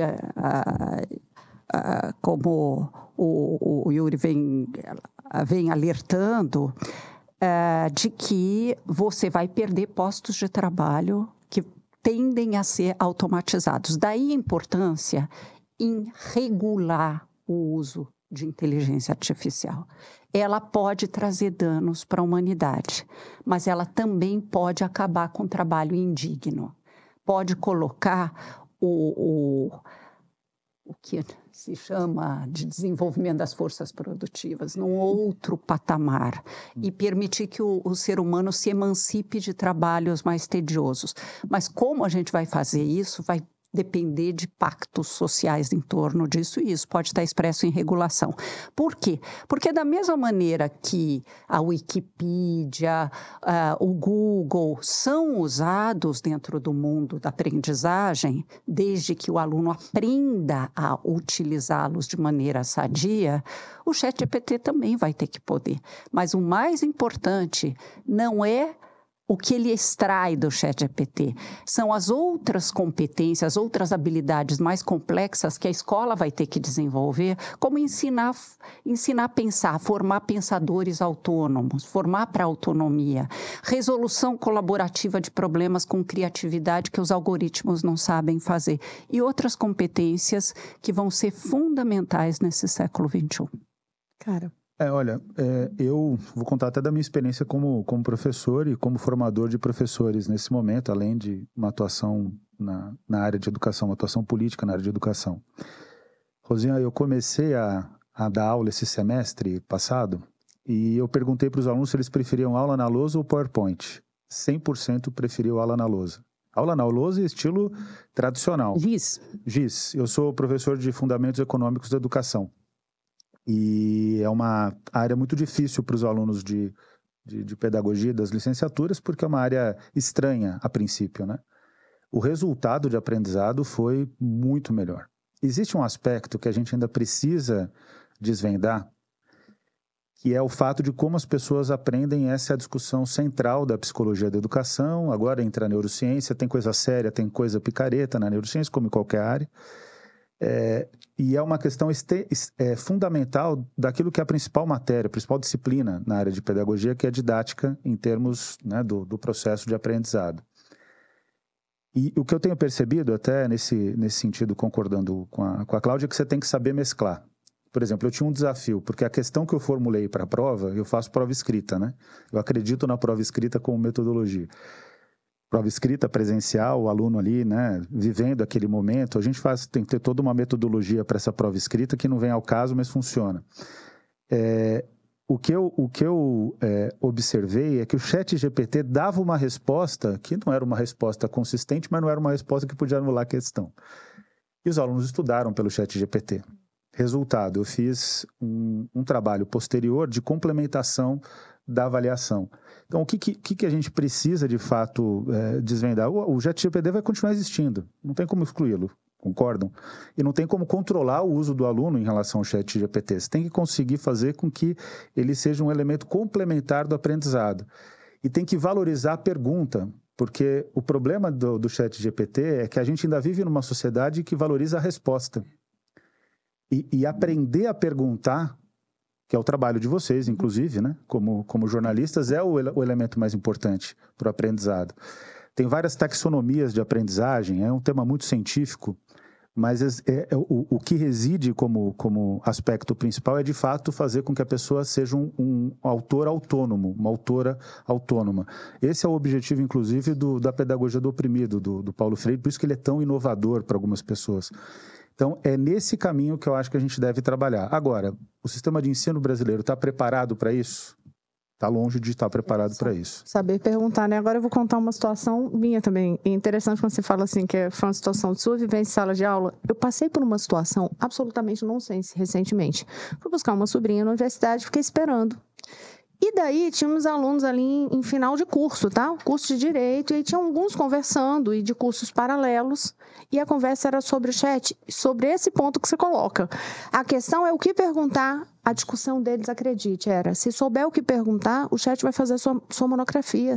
como o Yuri vem alertando, de que você vai perder postos de trabalho que tendem a ser automatizados. Daí a importância em regular o uso de inteligência artificial. Ela pode trazer danos para a humanidade, mas ela também pode acabar com o trabalho indigno. Pode colocar o que se chama de desenvolvimento das forças produtivas num outro patamar e permitir que o ser humano se emancipe de trabalhos mais tediosos. Mas como a gente vai fazer isso vai depender de pactos sociais em torno disso, e isso pode estar expresso em regulação. Por quê? Porque da mesma maneira que a Wikipedia, o Google são usados dentro do mundo da aprendizagem, desde que o aluno aprenda a utilizá-los de maneira sadia, o ChatGPT também vai ter que poder. Mas o mais importante não é o que ele extrai do ChatGPT, são as outras competências, as outras habilidades mais complexas que a escola vai ter que desenvolver, como ensinar a pensar, formar pensadores autônomos, formar para a autonomia, resolução colaborativa de problemas com criatividade que os algoritmos não sabem fazer, e outras competências que vão ser fundamentais nesse século XXI. Cara... eu vou contar até da minha experiência como professor e como formador de professores nesse momento, além de uma atuação na área de educação, uma atuação política na área de educação. Rosinha, eu comecei a dar aula esse semestre passado e eu perguntei para os alunos se eles preferiam aula na lousa ou PowerPoint. 100% preferiu aula na lousa. Aula na lousa estilo tradicional. GIS. Eu sou professor de Fundamentos Econômicos da Educação. E é uma área muito difícil para os alunos de pedagogia das licenciaturas, porque é uma área estranha a princípio, né? O resultado de aprendizado foi muito melhor. Existe um aspecto que a gente ainda precisa desvendar, que é o fato de como as pessoas aprendem. Essa é a discussão central da psicologia da educação. Agora entra a neurociência, tem coisa séria, tem coisa picareta na neurociência, como em qualquer área. E é uma questão fundamental daquilo que é a principal matéria, a principal disciplina na área de pedagogia, que é a didática, em termos, né, do processo de aprendizado. E o que eu tenho percebido, até nesse sentido, concordando com a Cláudia, é que você tem que saber mesclar. Por exemplo, eu tinha um desafio, porque a questão que eu formulei para a prova, eu faço prova escrita, né? Eu acredito na prova escrita como metodologia. Prova escrita, presencial, o aluno ali, né, vivendo aquele momento. A gente tem que ter toda uma metodologia para essa prova escrita que não vem ao caso, mas funciona. O que eu observei é que o ChatGPT dava uma resposta que não era uma resposta consistente, mas não era uma resposta que podia anular a questão. E os alunos estudaram pelo ChatGPT. Resultado, eu fiz um trabalho posterior de complementação da avaliação. Então, o que a gente precisa, de fato, desvendar? O ChatGPT vai continuar existindo, não tem como excluí-lo, concordam? E não tem como controlar o uso do aluno em relação ao ChatGPT. Você tem que conseguir fazer com que ele seja um elemento complementar do aprendizado. E tem que valorizar a pergunta, porque o problema do ChatGPT é que a gente ainda vive numa sociedade que valoriza a resposta. E aprender a perguntar, que é o trabalho de vocês, inclusive, né? Como jornalistas, é o elemento mais importante para o aprendizado. Tem várias taxonomias de aprendizagem, é um tema muito científico, mas o que reside como aspecto principal é, de fato, fazer com que a pessoa seja um autor autônomo, uma autora autônoma. Esse é o objetivo, inclusive, da pedagogia do oprimido, do Paulo Freire, por isso que ele é tão inovador para algumas pessoas. Então, é nesse caminho que eu acho que a gente deve trabalhar. Agora, o sistema de ensino brasileiro está preparado para isso? Está longe de estar preparado para isso. Saber perguntar, né? Agora eu vou contar uma situação minha também. É interessante quando você fala assim, que foi uma situação de sua vivência em sala de aula. Eu passei por uma situação absolutamente nonsense recentemente. Fui buscar uma sobrinha na universidade, fiquei esperando. E daí, tinha uns alunos ali em final de curso, tá? Curso de Direito, e aí tinha alguns conversando, e de cursos paralelos, e a conversa era sobre o chat, sobre esse ponto que você coloca. A questão é o que perguntar, a discussão deles, acredite, era, se souber o que perguntar, o chat vai fazer sua monografia.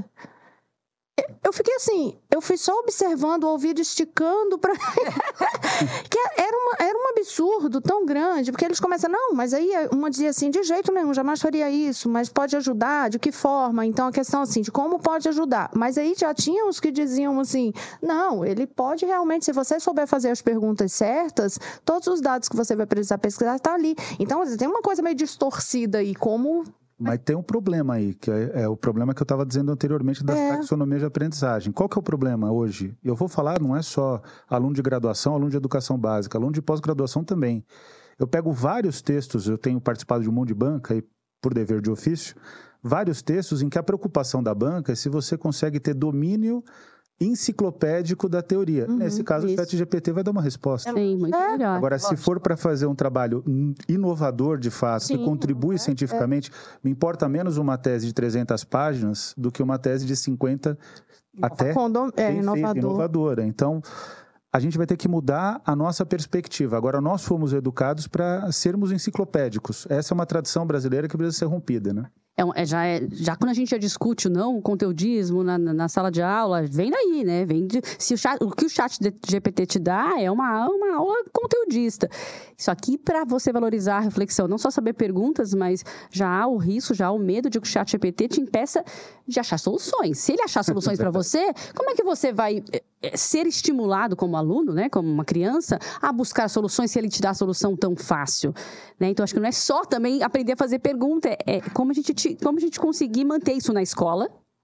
Eu fiquei assim, eu fui só observando o ouvido, esticando para que era um absurdo tão grande, porque eles começam, não, mas aí uma dizia assim, de jeito nenhum, jamais faria isso, mas pode ajudar, de que forma? Então a questão assim, de como pode ajudar? Mas aí já tinha uns que diziam assim, não, ele pode realmente, se você souber fazer as perguntas certas, todos os dados que você vai precisar pesquisar estão ali. Então tem uma coisa meio distorcida aí, como... Mas tem um problema aí, que é o problema que eu estava dizendo anteriormente das taxonomias de aprendizagem. Qual que é o problema hoje? Eu vou falar, não é só aluno de graduação, aluno de educação básica, aluno de pós-graduação também. Eu pego vários textos, eu tenho participado de um monte de banca, e por dever de ofício, vários textos em que a preocupação da banca é se você consegue ter domínio enciclopédico da teoria. Nesse caso, o ChatGPT vai dar uma resposta. Sim, muito melhor. Agora, se for para fazer um trabalho inovador, de fato, que contribui cientificamente, me importa menos uma tese de 300 páginas do que uma tese de 50 até inovadora. Então, a gente vai ter que mudar a nossa perspectiva. Agora, nós fomos educados para sermos enciclopédicos. Essa é uma tradição brasileira que precisa ser rompida, né? Já quando a gente já discute o conteudismo na sala de aula, vem daí, né? O que o chat GPT te dá é uma aula conteudista. Isso aqui, para você valorizar a reflexão, não só saber perguntas, mas já há o risco, já há o medo de que o chat GPT te impeça de achar soluções. Se ele achar soluções para você, como é que você vai ser estimulado como aluno, né? Como uma criança, a buscar soluções se ele te dá a solução tão fácil? Né? Então, acho que não é só também aprender a fazer pergunta, é como a gente conseguir manter isso na escola,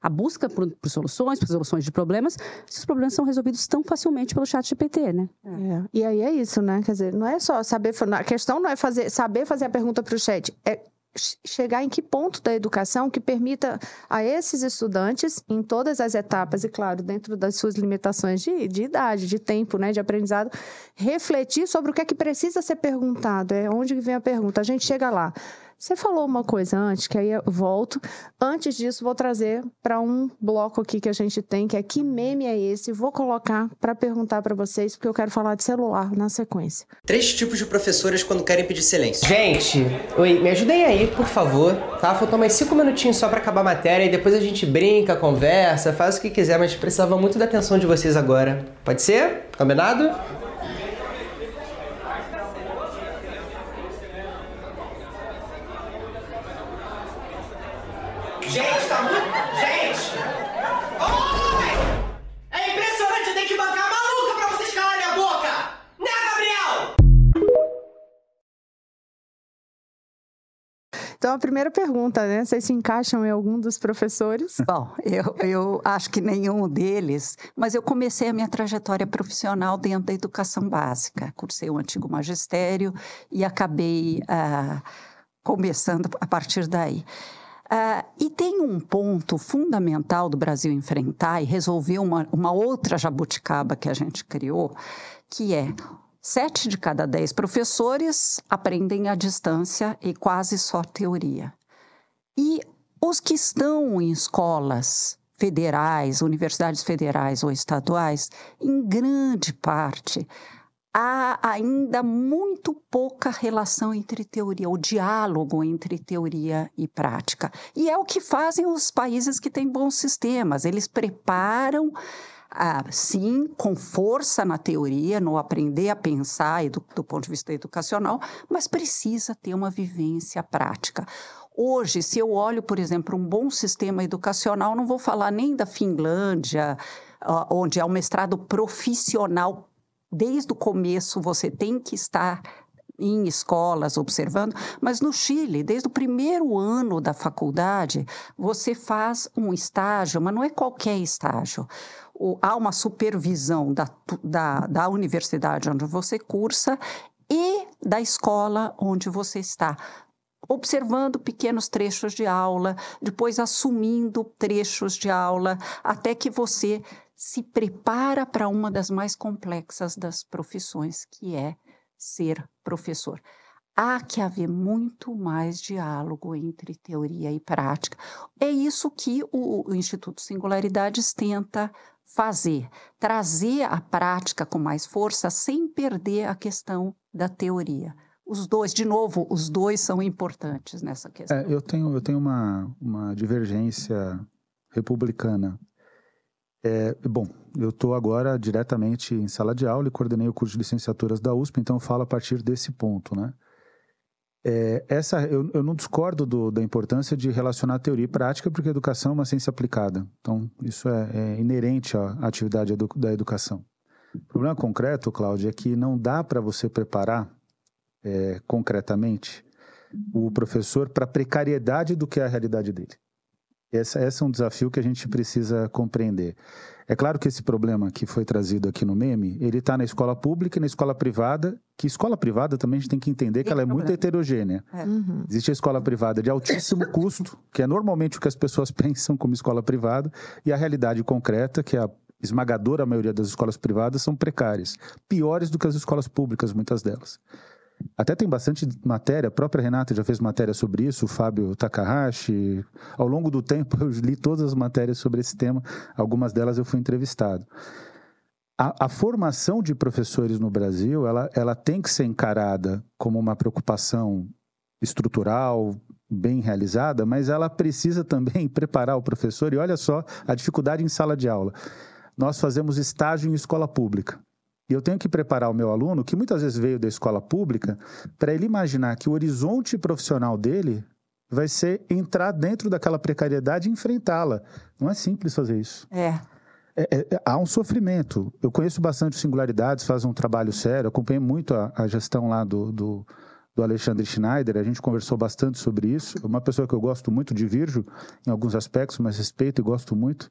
a busca por soluções de problemas, esses problemas são resolvidos tão facilmente pelo ChatGPT, né? E aí é isso, né? Quer dizer, não é só saber... A questão não é saber fazer a pergunta para o chat, é chegar em que ponto da educação que permita a esses estudantes, em todas as etapas, e claro, dentro das suas limitações de idade, de tempo, né, de aprendizado, refletir sobre o que é que precisa ser perguntado, onde vem a pergunta. A gente chega lá. Você falou uma coisa antes, que aí eu volto. Antes disso, vou trazer para um bloco aqui que a gente tem, que é que meme é esse? Vou colocar para perguntar para vocês, porque eu quero falar de celular na sequência. 3 tipos de professoras quando querem pedir silêncio. Gente, oi, me ajudem aí, por favor, tá? Faltam mais 5 minutinhos só para acabar a matéria e depois a gente brinca, conversa, faz o que quiser, mas precisava muito da atenção de vocês agora. Pode ser? Combinado? Gente, tá muito... Gente! Oi! É impressionante, eu tenho que bancar maluca pra vocês calarem a boca! Né, Gabriel? Então, a primeira pergunta, né? Vocês se encaixam em algum dos professores? Bom, eu acho que nenhum deles, mas eu comecei a minha trajetória profissional dentro da educação básica. Cursei o antigo magistério e acabei começando a partir daí. E tem um ponto fundamental do Brasil enfrentar e resolver uma outra jabuticaba que a gente criou, que é 7 de cada 10 professores aprendem à distância e quase só teoria. E os que estão em escolas federais, universidades federais ou estaduais, em grande parte, há ainda muito pouca relação entre teoria, o diálogo entre teoria e prática. E é o que fazem os países que têm bons sistemas. Eles preparam, sim, com força na teoria, no aprender a pensar do ponto de vista educacional, mas precisa ter uma vivência prática. Hoje, se eu olho, por exemplo, um bom sistema educacional, não vou falar nem da Finlândia, onde há um mestrado profissional. Desde o começo você tem que estar em escolas observando, mas no Chile, desde o primeiro ano da faculdade, você faz um estágio, mas não é qualquer estágio. Há uma supervisão da universidade onde você cursa e da escola onde você está, observando pequenos trechos de aula, depois assumindo trechos de aula, até que você se prepara para uma das mais complexas das profissões, que é ser professor. Há que haver muito mais diálogo entre teoria e prática. É isso que o Instituto Singularidades tenta fazer, trazer a prática com mais força, sem perder a questão da teoria. Os dois são importantes nessa questão. Eu tenho uma divergência republicana. Bom, eu estou agora diretamente em sala de aula e coordenei o curso de licenciaturas da USP, então eu falo a partir desse ponto, né? Eu não discordo da importância de relacionar teoria e prática, porque a educação é uma ciência aplicada. Então, isso é inerente à atividade da educação. O problema concreto, Cláudia, é que não dá para você preparar concretamente o professor para a precariedade do que é a realidade dele. Esse é um desafio que a gente precisa compreender. É claro que esse problema que foi trazido aqui no meme, ele está na escola pública e na escola privada, que escola privada também a gente tem que entender que ela é muito heterogênea. Uhum. Existe a escola privada de altíssimo custo, que é normalmente o que as pessoas pensam como escola privada, e a realidade concreta, que é a esmagadora maioria das escolas privadas, são precárias, piores do que as escolas públicas, muitas delas. Até tem bastante matéria, a própria Renata já fez matéria sobre isso, o Fábio Takahashi. Ao longo do tempo eu li todas as matérias sobre esse tema, algumas delas eu fui entrevistado. A formação de professores no Brasil, ela tem que ser encarada como uma preocupação estrutural, bem realizada, mas ela precisa também preparar o professor, e olha só a dificuldade em sala de aula. Nós fazemos estágio em escola pública. E eu tenho que preparar o meu aluno, que muitas vezes veio da escola pública, para ele imaginar que o horizonte profissional dele vai ser entrar dentro daquela precariedade e enfrentá-la. Não é simples fazer isso. Há um sofrimento. Eu conheço bastante Singularidades, faz um trabalho sério, acompanhei muito a gestão lá do do Alexandre Schneider, a gente conversou bastante sobre isso. Uma pessoa que eu gosto muito, divirjo em alguns aspectos, mas respeito e gosto muito.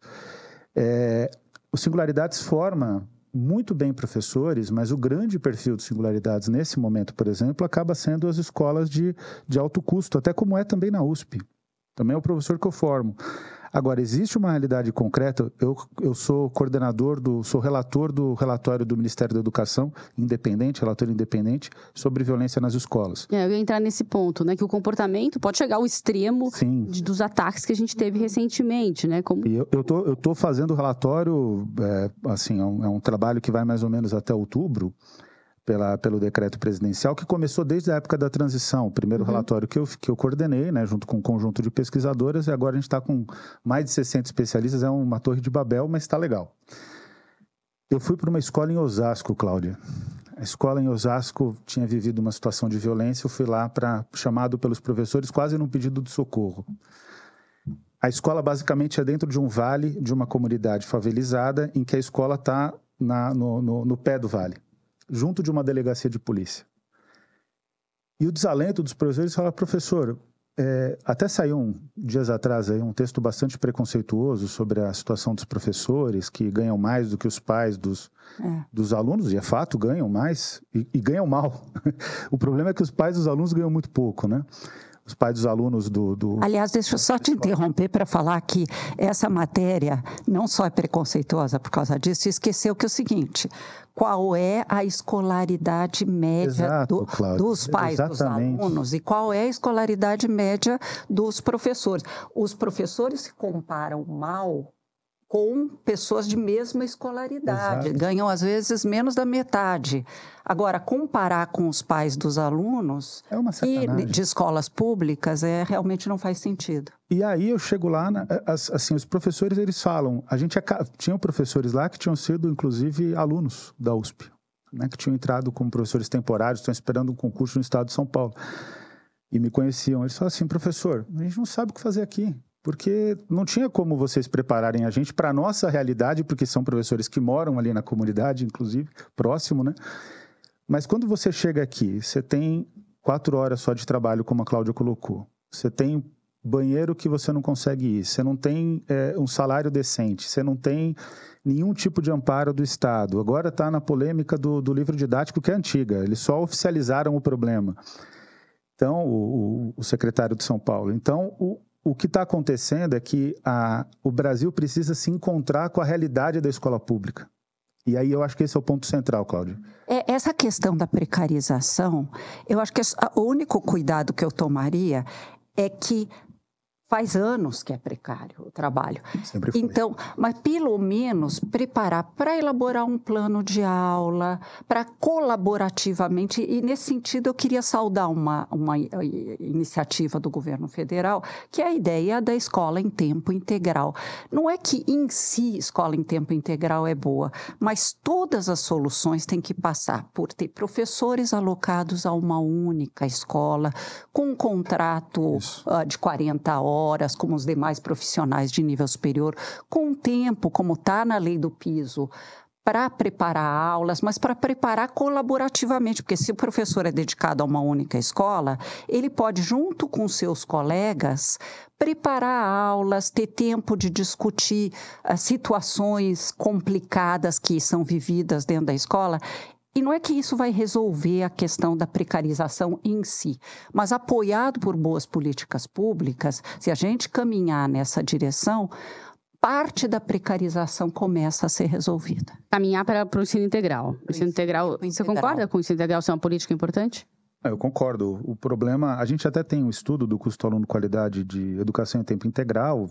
O Singularidades forma muito bem professores, mas o grande perfil de Singularidades nesse momento, por exemplo, acaba sendo as escolas de alto custo, até como é também na USP. Também é o professor que eu formo. Agora, existe uma realidade concreta. Eu sou sou relator do relatório do Ministério da Educação, relator independente, sobre violência nas escolas. Eu ia entrar nesse ponto, né? Que o comportamento pode chegar ao extremo dos ataques que a gente teve recentemente, né? E eu tô fazendo o relatório, é um trabalho que vai mais ou menos até outubro, pelo decreto presidencial, que começou desde a época da transição. O primeiro relatório que eu coordenei, né, junto com um conjunto de pesquisadoras, e agora a gente está com mais de 60 especialistas, é uma torre de Babel, mas está legal. Eu fui para uma escola em Osasco, Cláudia. A escola em Osasco tinha vivido uma situação de violência, eu fui lá chamado pelos professores quase num pedido de socorro. A escola basicamente é dentro de um vale, de uma comunidade favelizada, em que a escola está no pé do vale, junto de uma delegacia de polícia. E o desalento dos professores fala: professor, até saiu dias atrás aí um texto bastante preconceituoso sobre a situação dos professores, que ganham mais do que os pais dos alunos, e é fato, ganham mais, e ganham mal. O problema é que os pais dos alunos ganham muito pouco, né? Os pais dos alunos Aliás, deixa eu só te interromper para falar que essa matéria não só é preconceituosa por causa disso, esqueceu que é o seguinte: qual é a escolaridade média dos pais dos alunos e qual é a escolaridade média dos professores. Os professores se comparam mal com pessoas de mesma escolaridade. Exato. Ganham, às vezes, menos da metade. Agora, comparar com os pais dos alunos e de escolas públicas realmente não faz sentido. E aí eu chego lá, assim, os professores, eles falam, tinham professores lá que tinham sido, inclusive, alunos da USP, né, que tinham entrado como professores temporários, estão esperando um concurso no estado de São Paulo. E me conheciam. Eles falam assim: professor, a gente não sabe o que fazer aqui. Porque não tinha como vocês prepararem a gente para a nossa realidade, porque são professores que moram ali na comunidade, inclusive, próximo, né? Mas quando você chega aqui, você tem 4 horas só de trabalho, como a Cláudia colocou. Você tem banheiro que você não consegue ir, você não tem um salário decente, você não tem nenhum tipo de amparo do Estado. Agora está na polêmica do livro didático, que é antiga, eles só oficializaram o problema. Então, o secretário de São Paulo. Então, o que está acontecendo é que o Brasil precisa se encontrar com a realidade da escola pública. E aí eu acho que esse é o ponto central, Cláudia. Essa questão da precarização, eu acho que o único cuidado que eu tomaria é que faz anos que é precário o trabalho. Sempre foi. Então, mas pelo menos preparar para elaborar um plano de aula, para colaborativamente, e nesse sentido eu queria saudar uma iniciativa do governo federal, que é a ideia da escola em tempo integral. Não é que em si escola em tempo integral é boa, mas todas as soluções têm que passar por ter professores alocados a uma única escola, com um contrato de 40 horas, como os demais profissionais de nível superior, com tempo, como está na lei do piso, para preparar aulas, mas para preparar colaborativamente, porque se o professor é dedicado a uma única escola, ele pode, junto com seus colegas, preparar aulas, ter tempo de discutir situações complicadas que são vividas dentro da escola. E não é que isso vai resolver a questão da precarização em si, mas apoiado por boas políticas públicas, se a gente caminhar nessa direção, parte da precarização começa a ser resolvida. Caminhar para o ensino integral. Ensino integral. Você concorda com o ensino integral ser uma política importante? Eu concordo. O problema, a gente até tem um estudo do custo aluno qualidade de educação em tempo integral.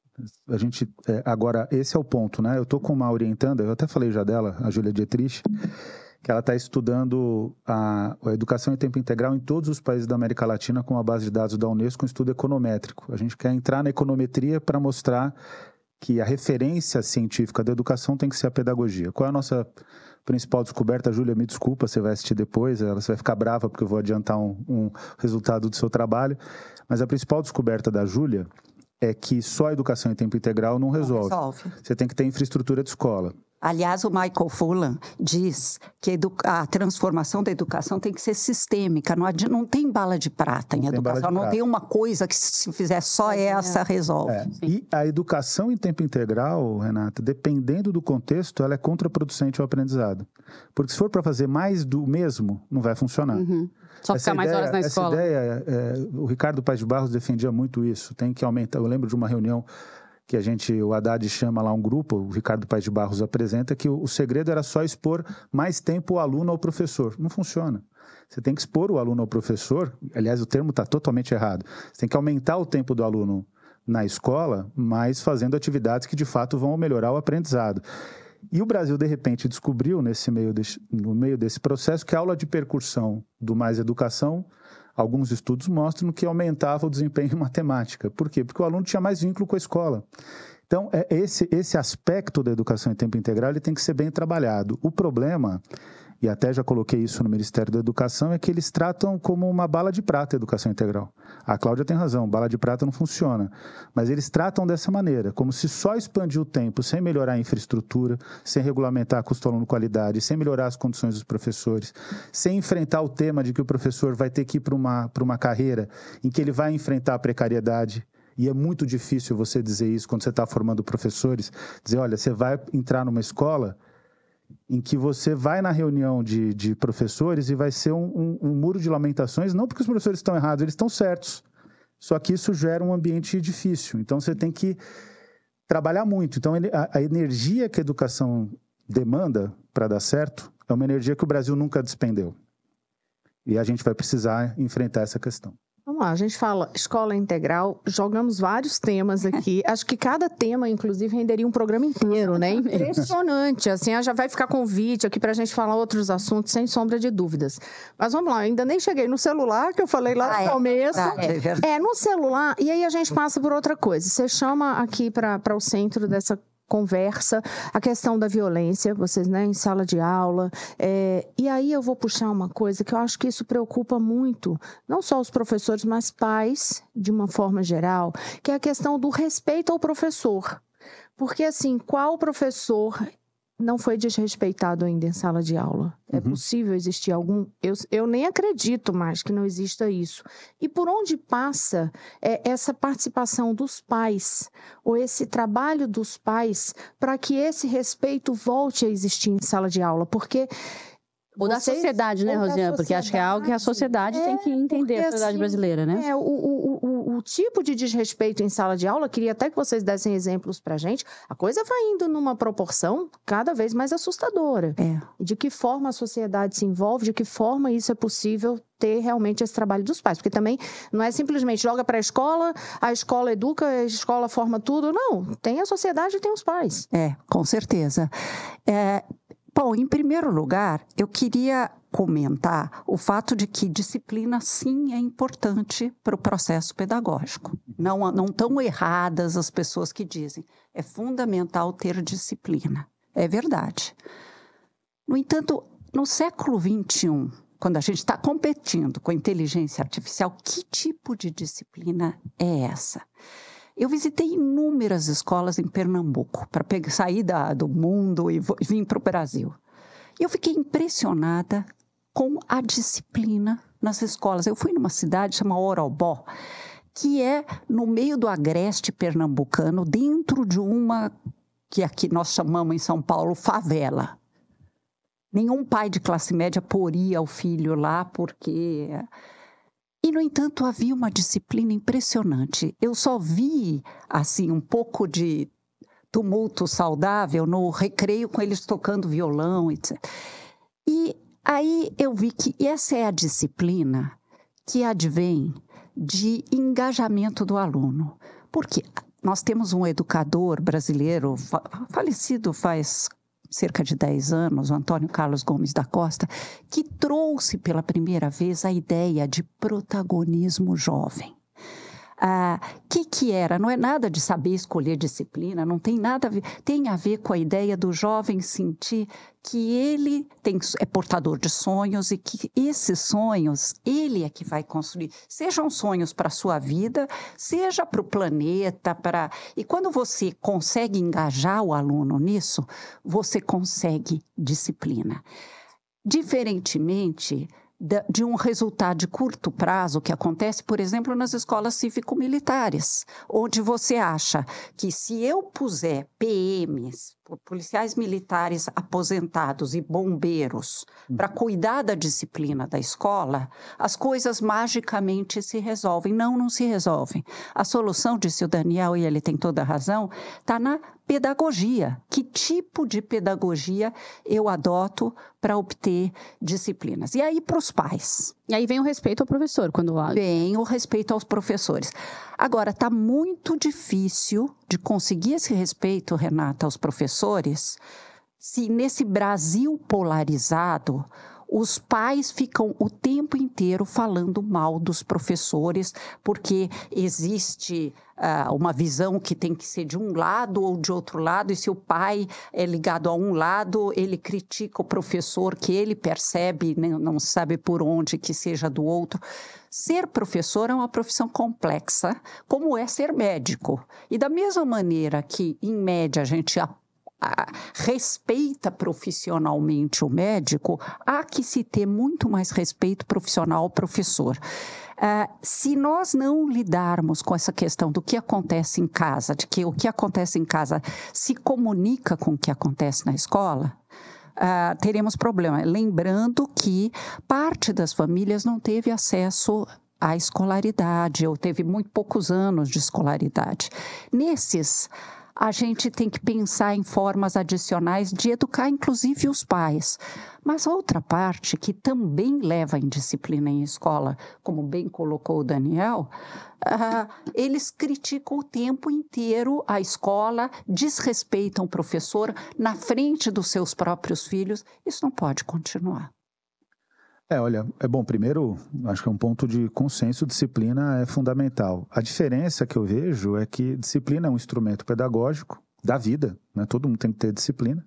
A gente, agora, esse é o ponto, né? Eu estou com uma orientanda, eu até falei já dela, a Júlia Dietrich, que ela está estudando a educação em tempo integral em todos os países da América Latina com a base de dados da Unesco, um estudo econométrico. A gente quer entrar na econometria para mostrar que a referência científica da educação tem que ser a pedagogia. Qual é a nossa principal descoberta? Júlia, me desculpa, você vai assistir depois, você vai ficar brava porque eu vou adiantar um resultado do seu trabalho, mas a principal descoberta da Júlia é que só a educação em tempo integral não resolve. Você tem que ter infraestrutura de escola. Aliás, o Michael Fullan diz que a transformação da educação tem que ser sistêmica. Não tem bala de prata em educação. Não tem uma coisa que, se fizer só essa, resolve. E a educação em tempo integral, Renata, dependendo do contexto, ela é contraproducente ao aprendizado. Porque se for para fazer mais do mesmo, não vai funcionar. Só ficar mais horas na escola. Essa ideia, o Ricardo Paes de Barros defendia muito isso. Tem que aumentar. Eu lembro de uma reunião que o Haddad chama lá um grupo, o Ricardo Paes de Barros apresenta, que o segredo era só expor mais tempo o aluno ao professor. Não funciona. Você tem que expor o aluno ao professor, aliás, o termo está totalmente errado. Você tem que aumentar o tempo do aluno na escola, mas fazendo atividades que de fato vão melhorar o aprendizado. E o Brasil, de repente, descobriu no meio desse processo que a aula de percussão do Mais Educação, alguns estudos mostram que aumentava o desempenho em matemática. Por quê? Porque o aluno tinha mais vínculo com a escola. Então, esse aspecto da educação em tempo integral ele tem que ser bem trabalhado. O problema, e até já coloquei isso no Ministério da Educação, é que eles tratam como uma bala de prata a educação integral. A Cláudia tem razão, bala de prata não funciona. Mas eles tratam dessa maneira, como se só expandir o tempo sem melhorar a infraestrutura, sem regulamentar custo-aluno qualidade, sem melhorar as condições dos professores, sem enfrentar o tema de que o professor vai ter que ir para uma carreira em que ele vai enfrentar a precariedade. E é muito difícil você dizer isso quando você está formando professores, dizer, olha, você vai entrar numa escola em que você vai na reunião de professores e vai ser um muro de lamentações, não porque os professores estão errados, eles estão certos. Só que isso gera um ambiente difícil. Então, você tem que trabalhar muito. Então, a energia que a educação demanda para dar certo é uma energia que o Brasil nunca despendeu. E a gente vai precisar enfrentar essa questão. Vamos lá, a gente fala escola integral, jogamos vários temas aqui. Acho que cada tema, inclusive, renderia um programa inteiro, né? Impressionante. Assim, já vai ficar convite aqui pra gente falar outros assuntos, sem sombra de dúvidas. Mas vamos lá, ainda nem cheguei no celular, que eu falei lá no começo. No celular, e aí a gente passa por outra coisa. Você chama aqui para o centro dessa conversa, a questão da violência, vocês, né, em sala de aula, e aí eu vou puxar uma coisa que eu acho que isso preocupa muito, não só os professores, mas pais, de uma forma geral, que é a questão do respeito ao professor. Porque, assim, qual professor não foi desrespeitado ainda em sala de aula? É possível existir algum? Eu nem acredito mais que não exista isso. E por onde passa essa participação dos pais, ou esse trabalho dos pais, para que esse respeito volte a existir em sala de aula? Porque... Ou da sociedade, né, Rosiana? Porque acho que é algo que a sociedade tem que entender, a sociedade brasileira, né? O tipo de desrespeito em sala de aula, queria até que vocês dessem exemplos pra gente, a coisa vai indo numa proporção cada vez mais assustadora. De que forma a sociedade se envolve, de que forma isso é possível ter realmente esse trabalho dos pais. Porque também não é simplesmente joga para a escola educa, a escola forma tudo. Não, tem a sociedade e tem os pais. Com certeza. Bom, em primeiro lugar, eu queria comentar o fato de que disciplina, sim, é importante para o processo pedagógico. Não estão erradas as pessoas que dizem. É fundamental ter disciplina. É verdade. No entanto, no século XXI, quando a gente está competindo com a inteligência artificial, que tipo de disciplina é essa? Eu visitei inúmeras escolas em Pernambuco para sair do mundo e vir para o Brasil. E eu fiquei impressionada com a disciplina nas escolas. Eu fui numa cidade chamada Orobó, que é no meio do agreste pernambucano, dentro de uma que aqui nós chamamos em São Paulo favela. Nenhum pai de classe média poria o filho lá porque... E, no entanto, havia uma disciplina impressionante. Eu só vi, assim, um pouco de tumulto saudável no recreio com eles tocando violão, etc. E aí eu vi que essa é a disciplina que advém de engajamento do aluno. Porque nós temos um educador brasileiro, falecido faz cerca de 10 anos, o Antônio Carlos Gomes da Costa, que trouxe pela primeira vez a ideia de protagonismo jovem. Que era? Não é nada de saber escolher disciplina, não tem nada a ver, tem a ver com a ideia do jovem sentir que ele é portador de sonhos e que esses sonhos, ele é que vai construir. Sejam sonhos para a sua vida, seja para o planeta, E quando você consegue engajar o aluno nisso, você consegue disciplina. Diferentemente de um resultado de curto prazo que acontece, por exemplo, nas escolas cívico-militares, onde você acha que se eu puser PMs, policiais militares aposentados e bombeiros para cuidar da disciplina da escola, as coisas magicamente se resolvem. Não se resolvem. A solução, disse o Daniel, e ele tem toda a razão, está na pedagogia. Que tipo de pedagogia eu adoto para obter disciplinas? E aí para os pais. E aí vem o respeito ao professor. Vem o respeito aos professores. Agora, está muito difícil de conseguir esse respeito, Renata, aos professores, se nesse Brasil polarizado, os pais ficam o tempo inteiro falando mal dos professores, porque existe uma visão que tem que ser de um lado ou de outro lado, e se o pai é ligado a um lado, ele critica o professor que ele percebe, não sabe por onde, que seja do outro. Ser professor é uma profissão complexa, como é ser médico. E da mesma maneira que, em média, a gente respeita profissionalmente o médico, há que se ter muito mais respeito profissional ao professor. Se nós não lidarmos com essa questão do que acontece em casa, de que o que acontece em casa se comunica com o que acontece na escola, teremos problema. Lembrando que parte das famílias não teve acesso à escolaridade, ou teve muito poucos anos de escolaridade. Nesses, a gente tem que pensar em formas adicionais de educar, inclusive, os pais. Mas outra parte que também leva a indisciplina em escola, como bem colocou o Daniel, eles criticam o tempo inteiro a escola, desrespeitam o professor na frente dos seus próprios filhos. Isso não pode continuar. Olha, bom, primeiro, acho que é um ponto de consenso, disciplina é fundamental. A diferença que eu vejo é que disciplina é um instrumento pedagógico da vida, né? Todo mundo tem que ter disciplina.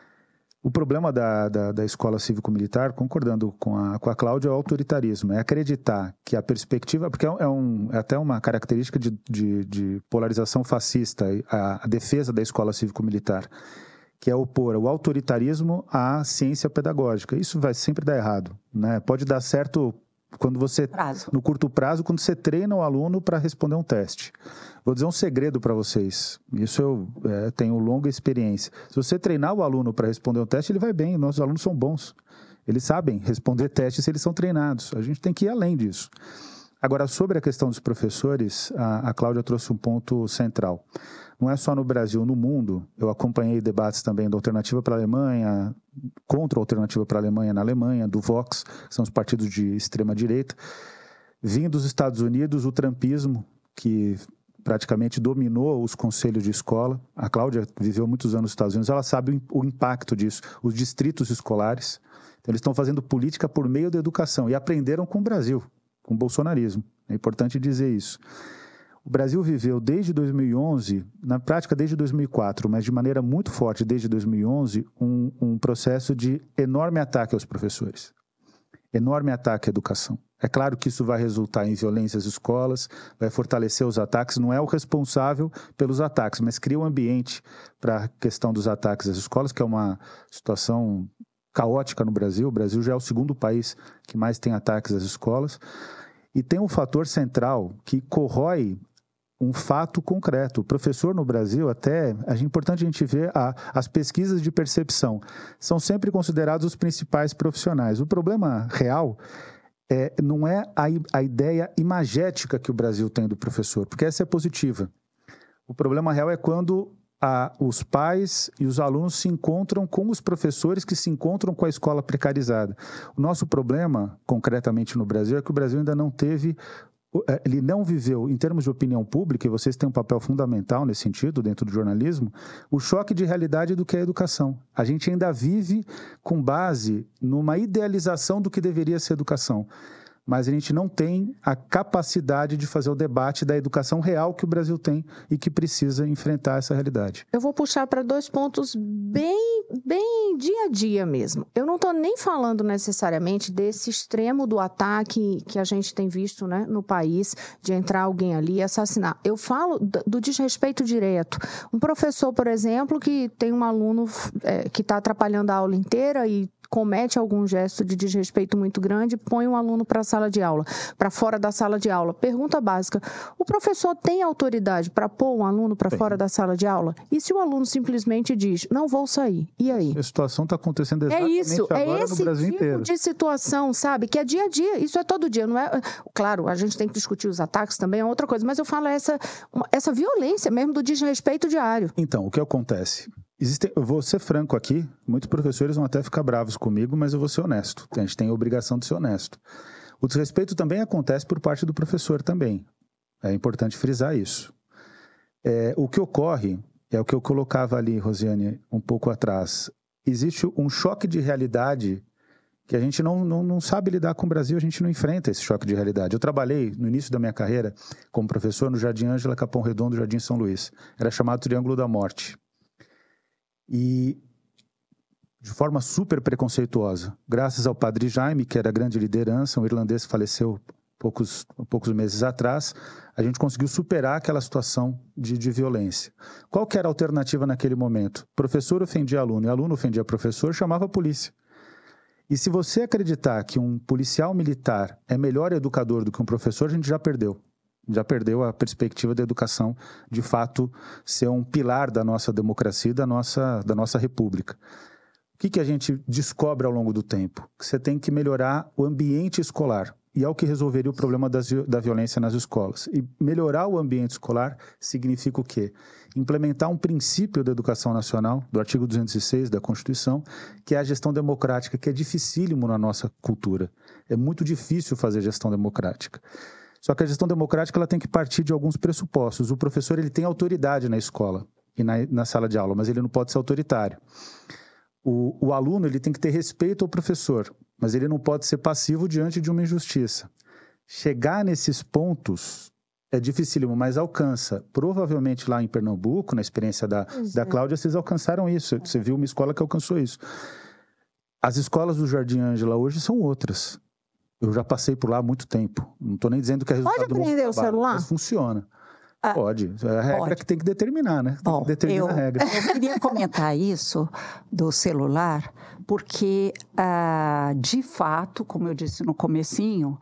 O problema da escola cívico-militar, concordando com a Cláudia, é o autoritarismo, é acreditar que a perspectiva, porque é até uma característica de polarização fascista, a defesa da escola cívico-militar, que é opor o autoritarismo à ciência pedagógica. Isso vai sempre dar errado, né? Pode dar certo quando você, no curto prazo, quando você treina o aluno para responder um teste. Vou dizer um segredo para vocês. Isso eu tenho longa experiência. Se você treinar o aluno para responder um teste, ele vai bem. Nossos alunos são bons. Eles sabem responder testes se eles são treinados. A gente tem que ir além disso. Agora, sobre a questão dos professores, a Cláudia trouxe um ponto central. Não é só no Brasil, no mundo. Eu acompanhei debates também da Alternativa para a Alemanha, contra a Alternativa para a Alemanha na Alemanha, do Vox, que são os partidos de extrema-direita. Vindo dos Estados Unidos, o trumpismo, que praticamente dominou os conselhos de escola. A Cláudia viveu muitos anos nos Estados Unidos, ela sabe o impacto disso. Os distritos escolares, então, eles estão fazendo política por meio da educação e aprenderam com o Brasil, com o bolsonarismo. É importante dizer isso. O Brasil viveu desde 2011, na prática desde 2004, mas de maneira muito forte desde 2011, um processo de enorme ataque aos professores. Enorme ataque à educação. É claro que isso vai resultar em violência às escolas, vai fortalecer os ataques, não é o responsável pelos ataques, mas cria um ambiente para a questão dos ataques às escolas, que é uma situação caótica no Brasil. O Brasil já é o segundo país que mais tem ataques às escolas. E tem um fator central que corrói um fato concreto. O professor no Brasil, é importante a gente ver as pesquisas de percepção. São sempre considerados os principais profissionais. O problema real não é a ideia imagética que o Brasil tem do professor, porque essa é positiva. O problema real é quando os pais e os alunos se encontram com os professores que se encontram com a escola precarizada. O nosso problema, concretamente no Brasil, é que o Brasil ainda não teve... Ele não viveu, em termos de opinião pública, e vocês têm um papel fundamental nesse sentido, dentro do jornalismo, o choque de realidade do que é a educação. A gente ainda vive com base numa idealização do que deveria ser educação. mas a gente não tem a capacidade de fazer o debate da educação real que o Brasil tem e que precisa enfrentar essa realidade. Eu vou puxar para 2 pontos bem dia a dia mesmo. Eu não estou nem falando necessariamente desse extremo do ataque que a gente tem visto, né, no país, de entrar alguém ali e assassinar. Eu falo do desrespeito direto. Um professor, por exemplo, que tem um aluno que está atrapalhando a aula inteira e comete algum gesto de desrespeito muito grande, põe um aluno para a sala de aula, para fora da sala de aula. Pergunta básica: o professor tem autoridade para pôr um aluno para fora da sala de aula? E se o aluno simplesmente diz, não vou sair? E aí? A situação está acontecendo exatamente agora no Brasil inteiro. É esse tipo de situação, sabe? Que é dia a dia, isso é todo dia, não é? Claro, a gente tem que discutir os ataques também, é outra coisa, mas eu falo essa violência mesmo do desrespeito diário. Então, o que acontece? Eu vou ser franco aqui, muitos professores vão até ficar bravos comigo, mas eu vou ser honesto. A gente tem a obrigação de ser honesto. O desrespeito também acontece por parte do professor também. É importante frisar isso. O que ocorre é o que eu colocava ali, Rosiane, um pouco atrás. Existe um choque de realidade que a gente não sabe lidar com o Brasil, a gente não enfrenta esse choque de realidade. Eu trabalhei no início da minha carreira como professor no Jardim Ângela Capão Redondo, Jardim São Luís. Era chamado Triângulo da Morte. E de forma super preconceituosa, graças ao padre Jaime, que era a grande liderança, um irlandês que faleceu poucos meses atrás, a gente conseguiu superar aquela situação de violência. Qual que era a alternativa naquele momento? Professor ofendia aluno e aluno ofendia professor, chamava a polícia. E se você acreditar que um policial militar é melhor educador do que um professor, a gente já perdeu. Já perdeu a perspectiva da educação, de fato, ser um pilar da nossa democracia e da nossa república. O que a gente descobre ao longo do tempo? Que você tem que melhorar o ambiente escolar. E é o que resolveria o problema da violência nas escolas. E melhorar o ambiente escolar significa o quê? Implementar um princípio da educação nacional, do artigo 206 da Constituição, que é a gestão democrática, que é dificílimo na nossa cultura. É muito difícil fazer gestão democrática. Só que a gestão democrática ela tem que partir de alguns pressupostos. O professor ele tem autoridade na escola e na sala de aula, mas ele não pode ser autoritário. O aluno ele tem que ter respeito ao professor, mas ele não pode ser passivo diante de uma injustiça. Chegar nesses pontos é dificílimo, mas alcança. Provavelmente lá em Pernambuco, na experiência da Cláudia, vocês alcançaram isso. Você viu uma escola que alcançou isso. As escolas do Jardim Ângela hoje são outras. Eu já passei por lá há muito tempo. Não estou nem dizendo que é resultado do nosso trabalho, o celular? Mas funciona. Pode. É a regra que tem que determinar, né? Bom, determina a regra. Eu queria comentar isso do celular, porque, de fato, como eu disse no comecinho,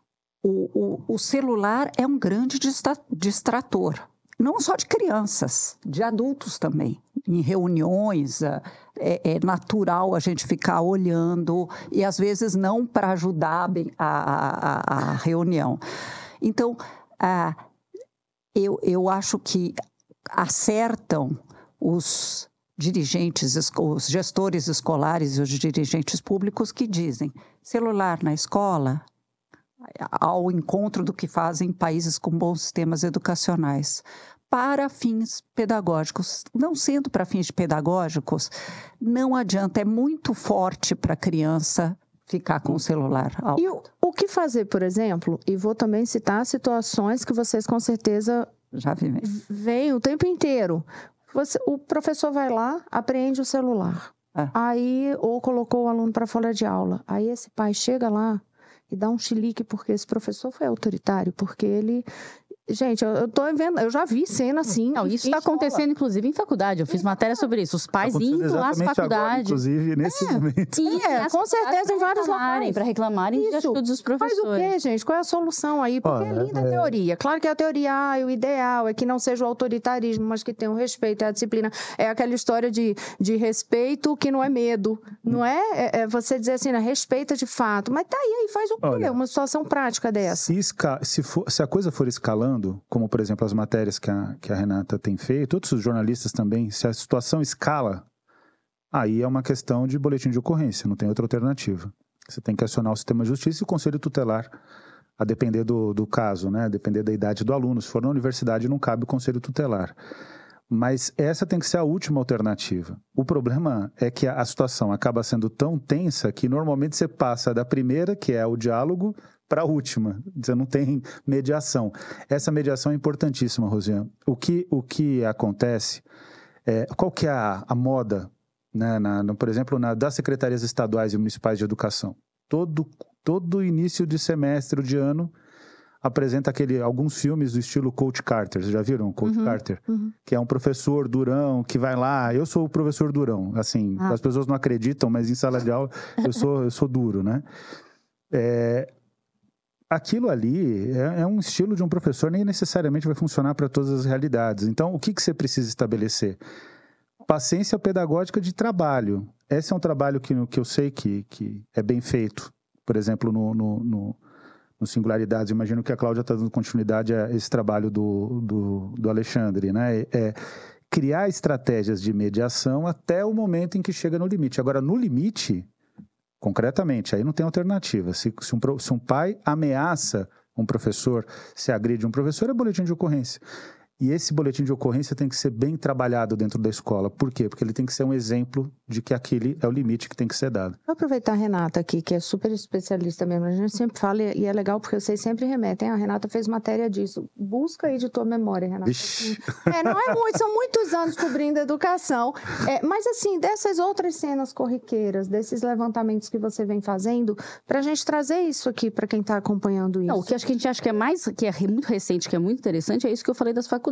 o celular é um grande distrator. Não só de crianças, de adultos também. Em reuniões, é natural a gente ficar olhando e, às vezes, não para ajudar a reunião. Então, eu acho que acertam os dirigentes, os gestores escolares e os dirigentes públicos que dizem celular na escola, ao encontro do que fazem países com bons sistemas educacionais, para fins pedagógicos. Não sendo para fins pedagógicos, não adianta, é muito forte para a criança ficar com o celular. E o que fazer, por exemplo, e vou também citar situações que vocês com certeza já veem o tempo inteiro. O professor vai lá, apreende o celular. Aí, ou colocou o aluno para fora de aula. Aí esse pai chega lá e dá um chilique porque esse professor foi autoritário, porque ele... Gente, eu tô vendo, eu já vi cena assim. Não, isso está acontecendo, inclusive, em faculdade. Eu fiz matéria sobre isso. Os pais indo às faculdades. Agora, inclusive, nesse momento. Com certeza, em vários locais. Para reclamarem de atitudes dos professores. Faz o quê, gente? Qual é a solução aí? Porque é linda a teoria. Claro que a teoria, o ideal é que não seja o autoritarismo, mas que tenha o respeito, a disciplina. É aquela história de respeito que não é medo. Não é? É você dizer assim, respeita de fato. Mas tá aí, faz o quê? Olha, uma situação prática dessa. Se a coisa for escalando, como, por exemplo, as matérias que a Renata tem feito, outros jornalistas também, se a situação escala, aí é uma questão de boletim de ocorrência, não tem outra alternativa. Você tem que acionar o sistema de justiça e o conselho tutelar, a depender do caso, né? A depender da idade do aluno. Se for na universidade, não cabe o conselho tutelar. Mas essa tem que ser a última alternativa. O problema é que a situação acaba sendo tão tensa que normalmente você passa da primeira, que é o diálogo, para a última. Você não tem mediação. Essa mediação é importantíssima, Rosiane. O que acontece, qual que é a moda, né, por exemplo, das secretarias estaduais e municipais de educação? Todo início de semestre, de ano, apresenta alguns filmes do estilo Coach Carter. Vocês já viram Coach Carter? Que é um professor durão que vai lá. Eu sou o professor durão. Assim, as pessoas não acreditam, mas em sala de aula eu sou duro, né? Aquilo ali é um estilo de um professor, nem necessariamente vai funcionar para todas as realidades. Então, o que você precisa estabelecer? Paciência pedagógica de trabalho. Esse é um trabalho que eu sei que é bem feito. Por exemplo, no Singularidades, imagino que a Cláudia está dando continuidade a esse trabalho do Alexandre, né? Criar estratégias de mediação até o momento em que chega no limite. Agora, no limite, concretamente, aí não tem alternativa. Se um pai ameaça um professor, se agride um professor, é boletim de ocorrência. E esse boletim de ocorrência tem que ser bem trabalhado dentro da escola. Por quê? Porque ele tem que ser um exemplo de que aquele é o limite que tem que ser dado. Vou aproveitar a Renata aqui, que é super especialista mesmo. A gente sempre fala, e é legal porque vocês sempre remetem. A Renata fez matéria disso. Busca aí de tua memória, Renata. Não é muito, são muitos anos cobrindo educação. Mas assim, dessas outras cenas corriqueiras, desses levantamentos que você vem fazendo, pra gente trazer isso aqui pra quem tá acompanhando isso. Não, o que a gente acha que é muito recente, que é muito interessante, é isso que eu falei das faculdades.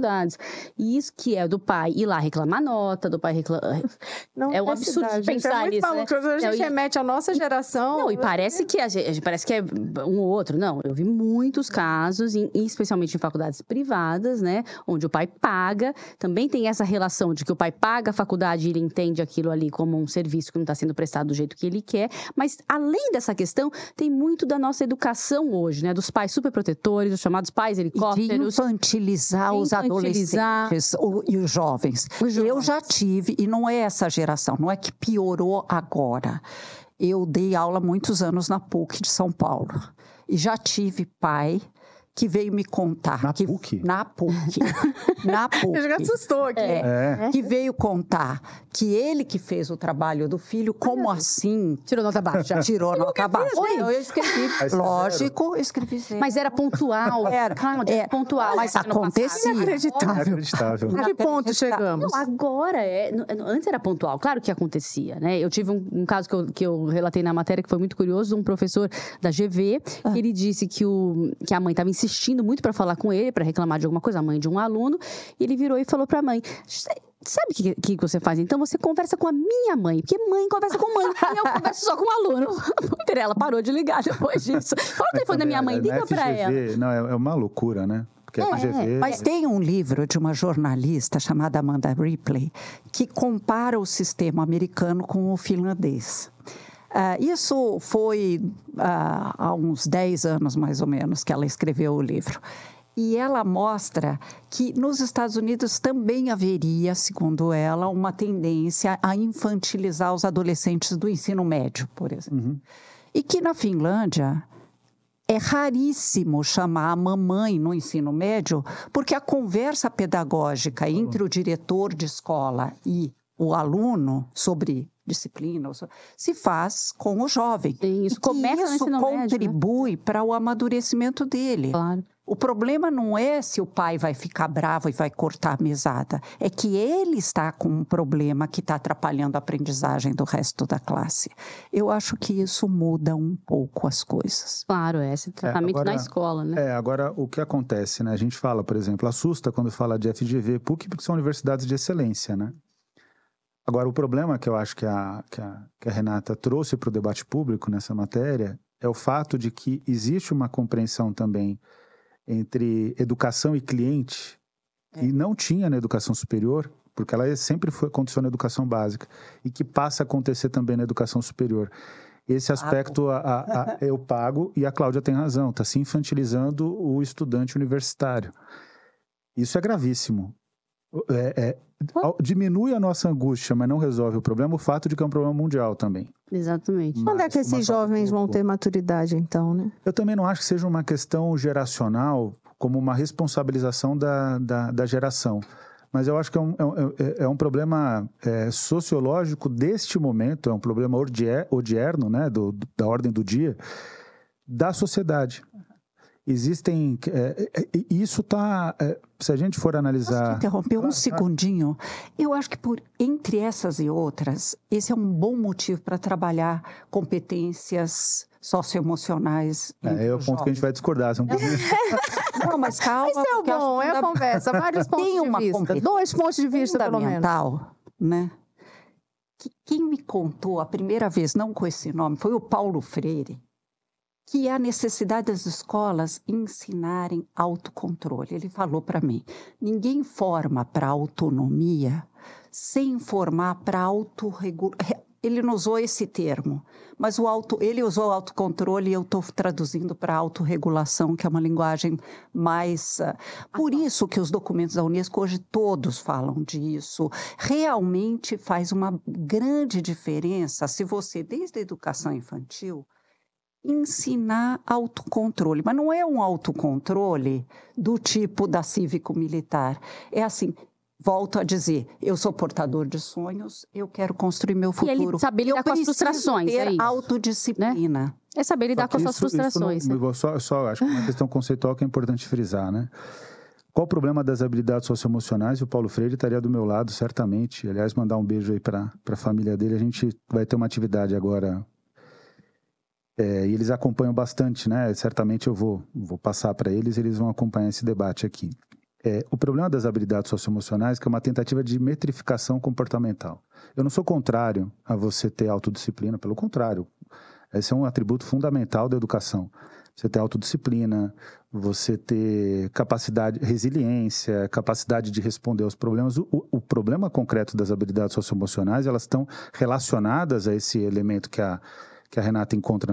E isso que é do pai ir lá reclamar nota, do pai reclamar... Não é um absurdo pensar nisso, né? A gente remete à nossa geração. Não, e parece que parece que é um ou outro. Não, eu vi muitos casos, especialmente em faculdades privadas, né? Onde o pai paga. Também tem essa relação de que o pai paga a faculdade e ele entende aquilo ali como um serviço que não está sendo prestado do jeito que ele quer. Mas, além dessa questão, tem muito da nossa educação hoje, né? Dos pais superprotetores, os chamados pais helicópteros. E de infantilizar os adolescentes e os jovens. Eu já tive, e não é essa geração, não é que piorou agora. Eu dei aula muitos anos na PUC de São Paulo. E já tive pai que veio me contar. PUC? Na PUC. Na PUC. Já assustou aqui. Que veio contar que ele que fez o trabalho do filho, como assim? Tirou nota baixa. Tirou nota baixa. Eu escrevi. Lógico, eu escrevi. Mas era pontual. Era pontual. Mas acontecia. Inacreditável. A que ponto chegamos? Não, agora antes era pontual. Claro que acontecia, né? Eu tive um caso que eu relatei na matéria que foi muito curioso, um professor da GV, ele disse que a mãe estava insistindo muito para falar com ele, para reclamar de alguma coisa, a mãe de um aluno, e ele virou e falou para a mãe: sabe o que você faz? Então você conversa com a minha mãe, porque mãe conversa com mãe, e eu converso só com o aluno. Ela parou de ligar depois disso. Fala o telefone da minha mãe, liga para ela. Não, é uma loucura, né? Mas tem um livro de uma jornalista chamada Amanda Ripley que compara o sistema americano com o finlandês. Isso foi há uns 10 anos, mais ou menos, que ela escreveu o livro. E ela mostra que nos Estados Unidos também haveria, segundo ela, uma tendência a infantilizar os adolescentes do ensino médio, por exemplo. E que na Finlândia é raríssimo chamar a mamãe no ensino médio, porque a conversa pedagógica entre o diretor de escola e o aluno sobre disciplina se faz com o jovem. Isso começa no ensino médio, contribui para o amadurecimento dele. Claro. O problema não é se o pai vai ficar bravo e vai cortar a mesada. É que ele está com um problema que está atrapalhando a aprendizagem do resto da classe. Eu acho que isso muda um pouco as coisas. Claro, esse tratamento na escola, né? Agora, o que acontece, né? A gente fala, por exemplo, assusta quando fala de FGV, PUC, porque são universidades de excelência, né? Agora, o problema que eu acho que a Renata trouxe para o debate público nessa matéria é o fato de que existe uma compreensão também entre educação e cliente, que não tinha na educação superior, porque ela sempre aconteceu na educação básica, e que passa a acontecer também na educação superior. Esse aspecto eu pago, e a Cláudia tem razão, está se infantilizando o estudante universitário. Isso é gravíssimo. Diminui a nossa angústia, mas não resolve o problema, o fato de que é um problema mundial também. Exatamente. Quando é que esses jovens vão ter maturidade, então, né? Eu também não acho que seja uma questão geracional, como uma responsabilização da geração. Mas eu acho que é um problema sociológico deste momento, é um problema odierno, né, da ordem do dia, da sociedade. Existem... isso está... se a gente for analisar... Posso te interromper um segundinho? Eu acho que entre essas e outras, esse é um bom motivo para trabalhar competências socioemocionais. É o ponto que a gente vai discordar. Não, mas calma. Isso é o bom, é a conversa. Vários pontos de vista. 2 pontos de vista, pelo menos. Fundamental, né? Quem me contou a primeira vez, não com esse nome, foi o Paulo Freire, que é a necessidade das escolas ensinarem autocontrole. Ele falou para mim, ninguém forma para autonomia sem formar para autorregulação. Ele não usou esse termo, mas ele usou autocontrole e eu estou traduzindo para autorregulação, que é uma linguagem mais... Por isso que os documentos da Unesco hoje todos falam disso. Realmente faz uma grande diferença se você, desde a educação infantil, ensinar autocontrole. Mas não é um autocontrole do tipo da cívico-militar. É assim... Volto a dizer, eu sou portador de sonhos, eu quero construir meu futuro. E ele saber lidar com as frustrações, ter autodisciplina. Né? É saber lidar com as suas frustrações. Só acho que uma questão conceitual que é importante frisar, né? Qual o problema das habilidades socioemocionais? O Paulo Freire estaria do meu lado, certamente. Aliás, mandar um beijo aí para a família dele. A gente vai ter uma atividade agora... e eles acompanham bastante, né? Certamente eu vou passar para eles, eles vão acompanhar esse debate aqui. O problema das habilidades socioemocionais é que é uma tentativa de metrificação comportamental. Eu não sou contrário a você ter autodisciplina, pelo contrário. Esse é um atributo fundamental da educação. Você ter autodisciplina, você ter capacidade, resiliência, capacidade de responder aos problemas. O problema concreto das habilidades socioemocionais, elas estão relacionadas a esse elemento que a Renata encontra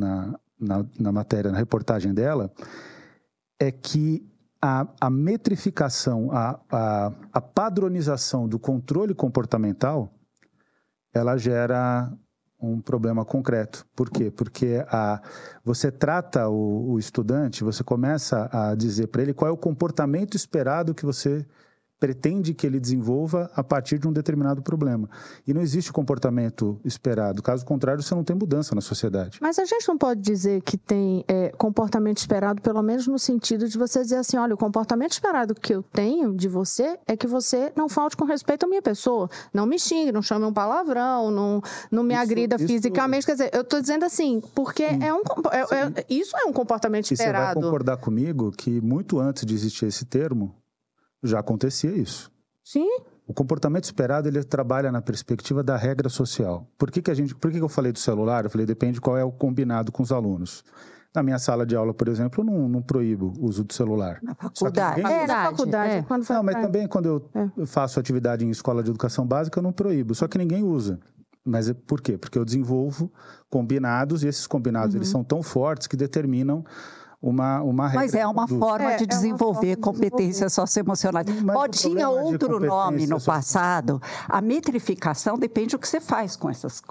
na matéria, na reportagem dela, é que a metrificação, a padronização do controle comportamental, ela gera um problema concreto. Por quê? Porque você trata o estudante, você começa a dizer para ele qual é o comportamento esperado que você pretende que ele desenvolva a partir de um determinado problema. E não existe comportamento esperado. Caso contrário, você não tem mudança na sociedade. Mas a gente não pode dizer que tem comportamento esperado, pelo menos no sentido de você dizer assim, olha, o comportamento esperado que eu tenho de você é que você não falte com respeito à minha pessoa. Não me xingue, não chame um palavrão, não me agrida fisicamente. Quer dizer, eu estou dizendo assim, porque isso é um comportamento esperado. E você vai concordar comigo que muito antes de existir esse termo, já acontecia isso. Sim. O comportamento esperado, ele trabalha na perspectiva da regra social. Por que eu falei do celular? Eu falei, depende qual é o combinado com os alunos. Na minha sala de aula, por exemplo, eu não proíbo o uso do celular. Na faculdade. Na faculdade. Não, mas também quando eu faço atividade em escola de educação básica, eu não proíbo. Só que ninguém usa. Mas por quê? Porque eu desenvolvo combinados e esses combinados, eles são tão fortes que determinam uma regra. Mas é uma forma de desenvolver competências socioemocionais. Tinha outro nome no passado. A metrificação depende do que você faz com essas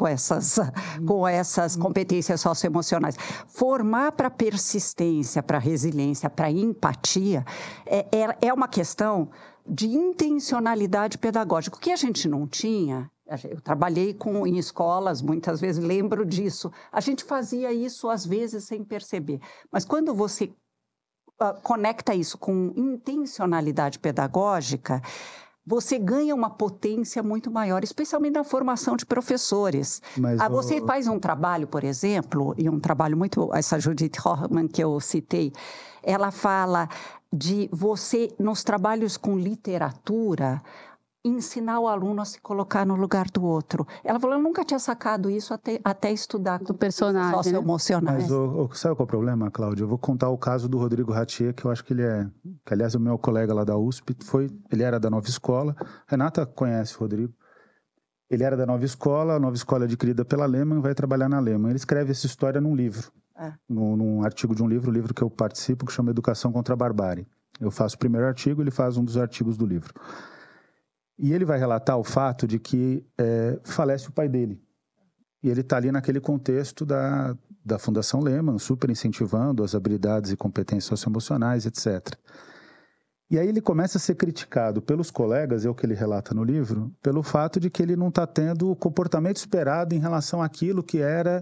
competências socioemocionais. Formar para persistência, para resiliência, para empatia, é uma questão de intencionalidade pedagógica. O que a gente não tinha... Eu trabalhei em escolas, muitas vezes, lembro disso. A gente fazia isso, às vezes, sem perceber. Mas quando você conecta isso com intencionalidade pedagógica, você ganha uma potência muito maior, especialmente na formação de professores. Você faz um trabalho, por exemplo, e um trabalho muito... Essa Judith Hoffman que eu citei, ela fala de você, nos trabalhos com literatura... ensinar o aluno a se colocar no lugar do outro. Ela falou, eu nunca tinha sacado isso até estudar do personagem socioemocionais. Mas sabe qual é o problema, Cláudia? Eu vou contar o caso do Rodrigo Ratier, que eu acho que ele que aliás o meu colega lá da USP, ele era da Nova Escola. Renata conhece o Rodrigo. Ele era da Nova Escola, a Nova Escola adquirida pela Lehman, vai trabalhar na Lehman. Ele escreve essa história num livro, num artigo de um livro que eu participo, que chama Educação contra a Barbárie. Eu faço o primeiro artigo, ele faz um dos artigos do livro. E ele vai relatar o fato de que falece o pai dele. E ele está ali naquele contexto da Fundação Lehman, super incentivando as habilidades e competências socioemocionais, etc. E aí ele começa a ser criticado pelos colegas, é o que ele relata no livro, pelo fato de que ele não está tendo o comportamento esperado em relação àquilo que era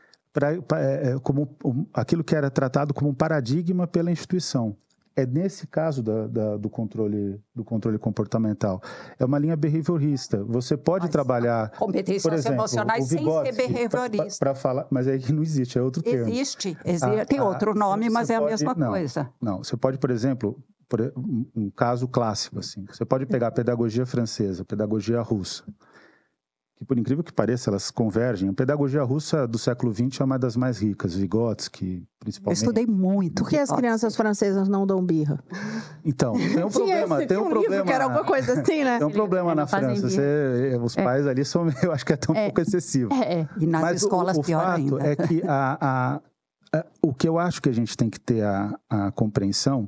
aquilo que era tratado como um paradigma pela instituição. É nesse caso do controle comportamental. É uma linha behaviorista. Você pode trabalhar... Competências por exemplo, emocionais sem ser behaviorista. Para falar, mas é que não existe, é outro termo. Existe. Tem outro nome, mas é a mesma coisa. Não, você pode, por exemplo, um caso clássico, assim. Você pode pegar a pedagogia francesa, a pedagogia russa, que, por incrível que pareça, elas convergem. A pedagogia russa do século XX é uma das mais ricas, Vygotsky, principalmente. Eu estudei muito. Por que as crianças francesas não dão birra? Então, tem um problema. Livro que era alguma coisa assim, né? Tem um problema na França. Os pais ali são, eu acho que é até um pouco excessivo. E nas escolas pior ainda. O fato é que o que eu acho que a gente tem que ter a compreensão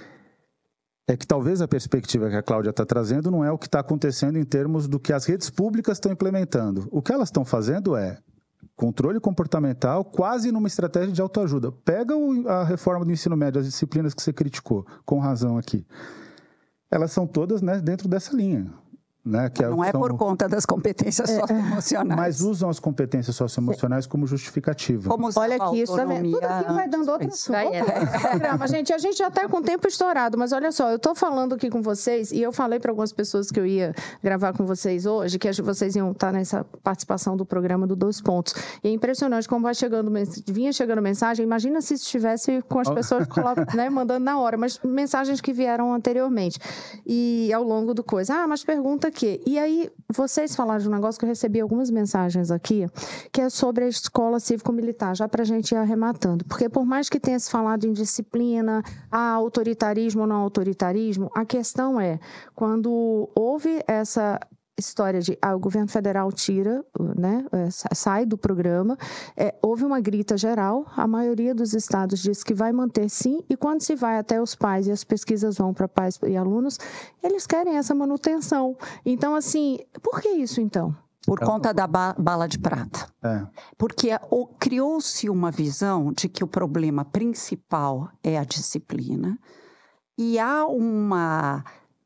é que talvez a perspectiva que a Cláudia está trazendo não é o que está acontecendo em termos do que as redes públicas estão implementando. O que elas estão fazendo é controle comportamental quase numa estratégia de autoajuda. Pega a reforma do ensino médio, as disciplinas que você criticou, com razão aqui. Elas são todas, né, dentro dessa linha. Né, que não é por conta das competências socioemocionais. Mas usam as competências socioemocionais como justificativa. Olha aqui, isso também. Tudo aqui vai dando outro programa, gente. A gente já está com o tempo estourado, mas olha só, eu estou falando aqui com vocês e eu falei para algumas pessoas que eu ia gravar com vocês hoje, que vocês iam estar nessa participação do programa do 2 Pontos. E é impressionante como vinha chegando mensagem. Imagina se estivesse com as pessoas né, mandando na hora, mas mensagens que vieram anteriormente. E ao longo do coisa. Mas pergunta aqui. E aí, vocês falaram de um negócio que eu recebi algumas mensagens aqui, que é sobre a escola cívico-militar, já para a gente ir arrematando. Porque por mais que tenha se falado em disciplina, autoritarismo ou não autoritarismo, a questão é, quando houve essa história de o governo federal tira, né, sai do programa, houve uma grita geral, a maioria dos estados diz que vai manter sim, e quando se vai até os pais e as pesquisas vão para pais e alunos, eles querem essa manutenção. Então, assim, por que isso então? Por conta da bala de prata. Porque criou-se uma visão de que o problema principal é a disciplina, e há uma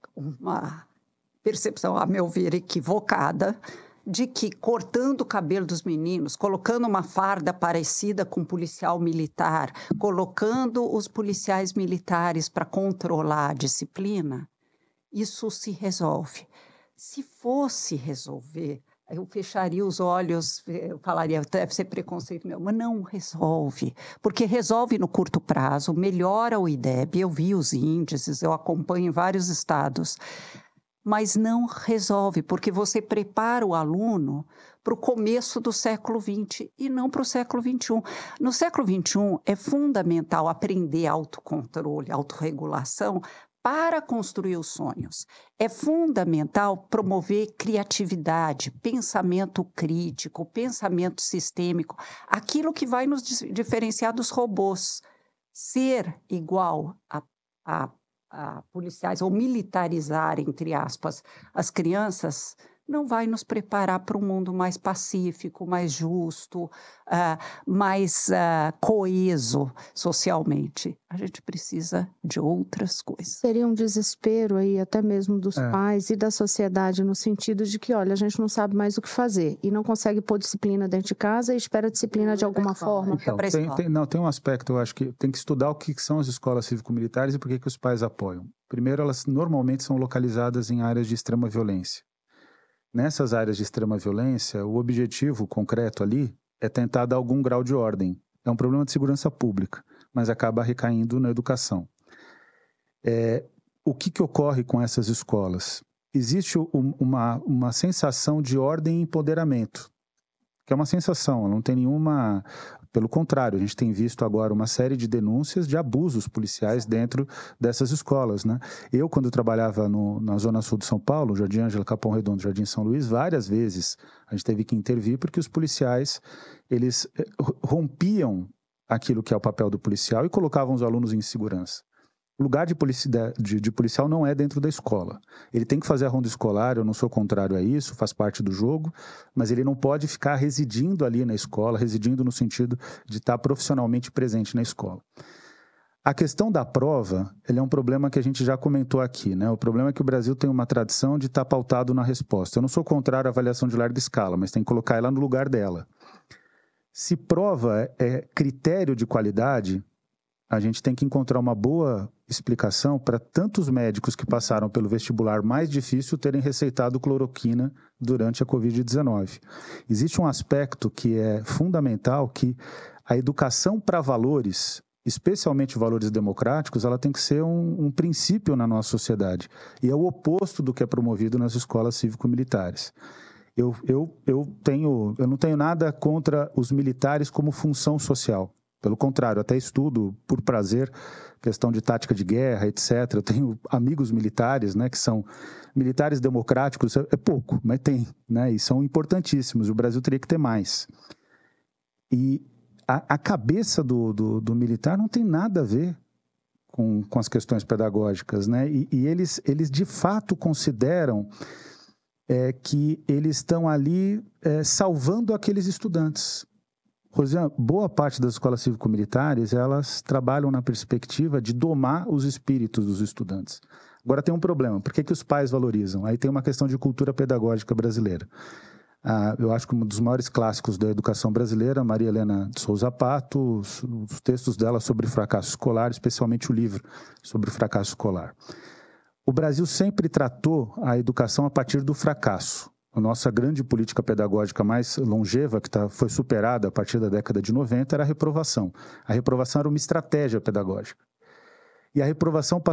percepção, a meu ver, equivocada, de que cortando o cabelo dos meninos, colocando uma farda parecida com um policial militar, colocando os policiais militares para controlar a disciplina, isso se resolve. Se fosse resolver, eu fecharia os olhos, eu falaria, deve ser preconceito meu, mas não resolve, porque resolve no curto prazo, melhora o IDEB, eu vi os índices, eu acompanho em vários estados, mas não resolve, porque você prepara o aluno para o começo do século XX e não para o século XXI. No século XXI, é fundamental aprender autocontrole, autorregulação para construir os sonhos. É fundamental promover criatividade, pensamento crítico, pensamento sistêmico, aquilo que vai nos diferenciar dos robôs. Ser igual a policiais, ou militarizar, entre aspas, as crianças, não vai nos preparar para um mundo mais pacífico, mais justo, mais coeso socialmente. A gente precisa de outras coisas. Seria um desespero aí, até mesmo dos pais e da sociedade, no sentido de que, olha, a gente não sabe mais o que fazer e não consegue pôr disciplina dentro de casa e espera disciplina de alguma forma. Então, tem um aspecto, eu acho que tem que estudar o que são as escolas cívico-militares e por que os pais apoiam. Primeiro, elas normalmente são localizadas em áreas de extrema violência. Nessas áreas de extrema violência, o objetivo concreto ali é tentar dar algum grau de ordem. É um problema de segurança pública, mas acaba recaindo na educação. O que ocorre com essas escolas? Existe uma sensação de ordem e empoderamento, que é uma sensação, não tem nenhuma... Pelo contrário, a gente tem visto agora uma série de denúncias de abusos policiais dentro dessas escolas, né? Eu, quando trabalhava na Zona Sul de São Paulo, Jardim Ângela, Capão Redondo, Jardim São Luís, várias vezes a gente teve que intervir porque os policiais, eles rompiam aquilo que é o papel do policial e colocavam os alunos em insegurança. O lugar de policial não é dentro da escola. Ele tem que fazer a ronda escolar, eu não sou contrário a isso, faz parte do jogo, mas ele não pode ficar residindo ali na escola, residindo no sentido de estar profissionalmente presente na escola. A questão da prova, ele é um problema que a gente já comentou aqui, né? O problema é que o Brasil tem uma tradição de estar pautado na resposta. Eu não sou contrário à avaliação de larga escala, mas tem que colocar ela no lugar dela. Se prova é critério de qualidade, a gente tem que encontrar uma boa explicação para tantos médicos que passaram pelo vestibular mais difícil terem receitado cloroquina durante a Covid-19. Existe um aspecto que é fundamental, que a educação para valores, especialmente valores democráticos, ela tem que ser um princípio na nossa sociedade. E é o oposto do que é promovido nas escolas cívico-militares. Eu não tenho nada contra os militares como função social. Pelo contrário, até estudo por prazer, questão de tática de guerra, etc. Eu tenho amigos militares, né, que são militares democráticos, é pouco, mas tem, né, e são importantíssimos. O Brasil teria que ter mais. E a cabeça do militar não tem nada a ver com as questões pedagógicas, né? E eles de fato consideram que eles estão ali salvando aqueles estudantes. Rosiane, boa parte das escolas cívico-militares, elas trabalham na perspectiva de domar os espíritos dos estudantes. Agora tem um problema, por que os pais valorizam? Aí tem uma questão de cultura pedagógica brasileira. Eu acho que um dos maiores clássicos da educação brasileira, Maria Helena de Souza Pato, os textos dela sobre fracasso escolar, especialmente o livro sobre o fracasso escolar. O Brasil sempre tratou a educação a partir do fracasso. A nossa grande política pedagógica mais longeva, que foi superada a partir da década de 90, era a reprovação. A reprovação era uma estratégia pedagógica. E a reprovação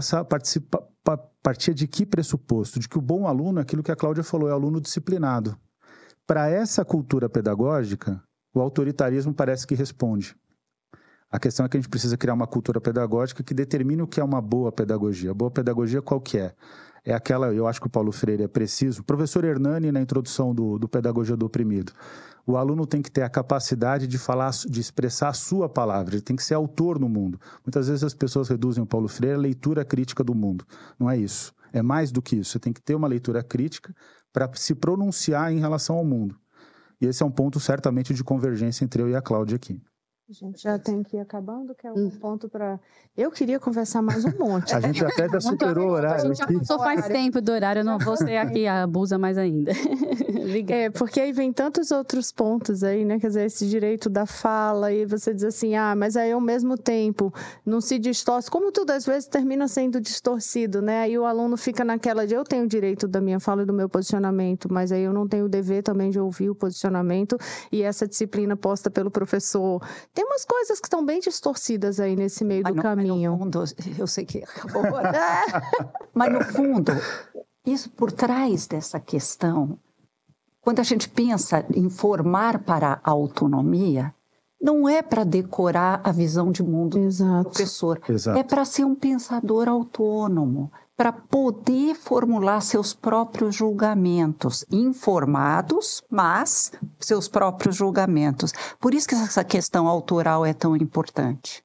partia de que pressuposto? De que o bom aluno é aquilo que a Cláudia falou, é o aluno disciplinado. Para essa cultura pedagógica, o autoritarismo parece que responde. A questão é que a gente precisa criar uma cultura pedagógica que determine o que é uma boa pedagogia. A boa pedagogia qual que é? É aquela, eu acho que o Paulo Freire é preciso. O professor Hernani, na introdução do Pedagogia do Oprimido. O aluno tem que ter a capacidade de falar, de expressar a sua palavra. Ele tem que ser autor no mundo. Muitas vezes as pessoas reduzem o Paulo Freire à leitura crítica do mundo. Não é isso. É mais do que isso. Você tem que ter uma leitura crítica para se pronunciar em relação ao mundo. E esse é um ponto, certamente, de convergência entre eu e a Cláudia aqui. A gente já tem que ir acabando, que é um ponto para... Eu queria conversar mais um monte. A gente até já superou o horário. A gente já passou faz tempo do horário, eu não vou ser aqui a abusa mais ainda. Porque aí vem tantos outros pontos aí, né? Quer dizer, esse direito da fala, e você diz assim, mas aí ao mesmo tempo não se distorce. Como tudo às vezes termina sendo distorcido, né? Aí o aluno fica naquela de eu tenho o direito da minha fala e do meu posicionamento, mas aí eu não tenho o dever também de ouvir o posicionamento e essa disciplina posta pelo professor. Tem umas coisas que estão bem distorcidas aí nesse meio do caminho. Mas no fundo, eu sei que acabou agora. Mas no fundo, isso por trás dessa questão, quando a gente pensa em formar para a autonomia, não é para decorar a visão de mundo do professor. Exato. É para ser um pensador autônomo, para poder formular seus próprios julgamentos, informados, mas seus próprios julgamentos. Por isso que essa questão autoral é tão importante.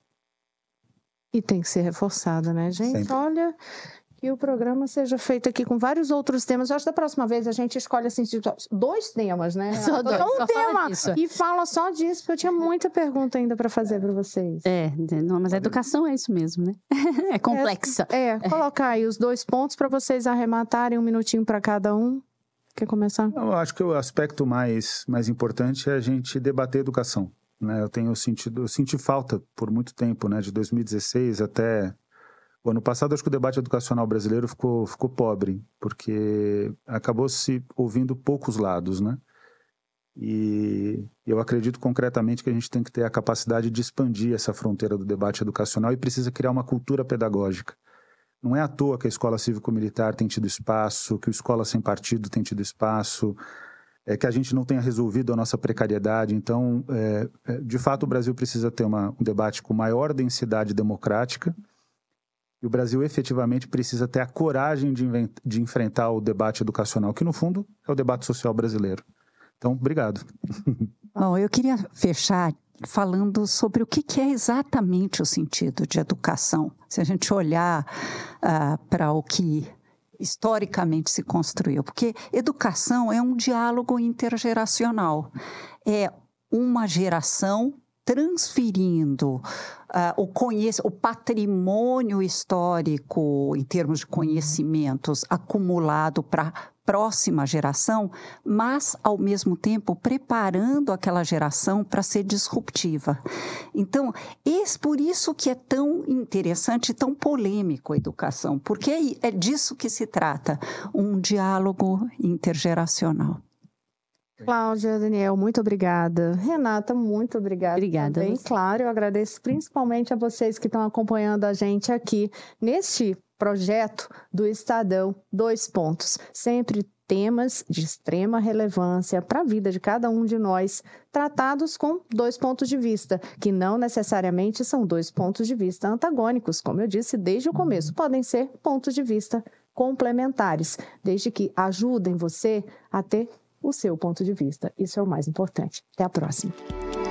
E tem que ser reforçada, né, gente? Sempre. Olha, que o programa seja feito aqui com vários outros temas. Eu acho que da próxima vez a gente escolhe assim, 2 temas, né? Só dois, um só tema fala disso. e fala só disso, porque eu tinha muita pergunta ainda para fazer para vocês. Não, mas a educação é isso mesmo, né? É complexa. Colocar aí os 2 pontos para vocês arrematarem, 1 minutinho para cada um. Quer começar? Eu acho que o aspecto mais importante é a gente debater educação, né? Eu senti falta por muito tempo, né? De 2016 até o ano passado, acho que o debate educacional brasileiro ficou pobre, porque acabou se ouvindo poucos lados, né? E eu acredito concretamente que a gente tem que ter a capacidade de expandir essa fronteira do debate educacional e precisa criar uma cultura pedagógica. Não é à toa que a escola cívico-militar tem tido espaço, que o Escola Sem Partido tem tido espaço, que a gente não tenha resolvido a nossa precariedade. Então, de fato, o Brasil precisa ter um debate com maior densidade democrática e o Brasil efetivamente precisa ter a coragem de enfrentar o debate educacional, que no fundo é o debate social brasileiro. Então, obrigado. Bom, eu queria fechar falando sobre o que é exatamente o sentido de educação. Se a gente olhar para o que historicamente se construiu, porque educação é um diálogo intergeracional. É uma geração transferindo o patrimônio histórico, em termos de conhecimentos, acumulado para a próxima geração, mas, ao mesmo tempo, preparando aquela geração para ser disruptiva. Então, por isso que é tão interessante e tão polêmico a educação, porque é disso que se trata, um diálogo intergeracional. Cláudia, Daniel, muito obrigada. Renata, muito obrigada. Obrigada. Bem claro, eu agradeço principalmente a vocês que estão acompanhando a gente aqui neste projeto do Estadão 2 Pontos. Sempre temas de extrema relevância para a vida de cada um de nós, tratados com 2 pontos de vista, que não necessariamente são 2 pontos de vista antagônicos, como eu disse desde o começo, podem ser pontos de vista complementares, desde que ajudem você a ter o seu ponto de vista. Isso é o mais importante. Até a próxima.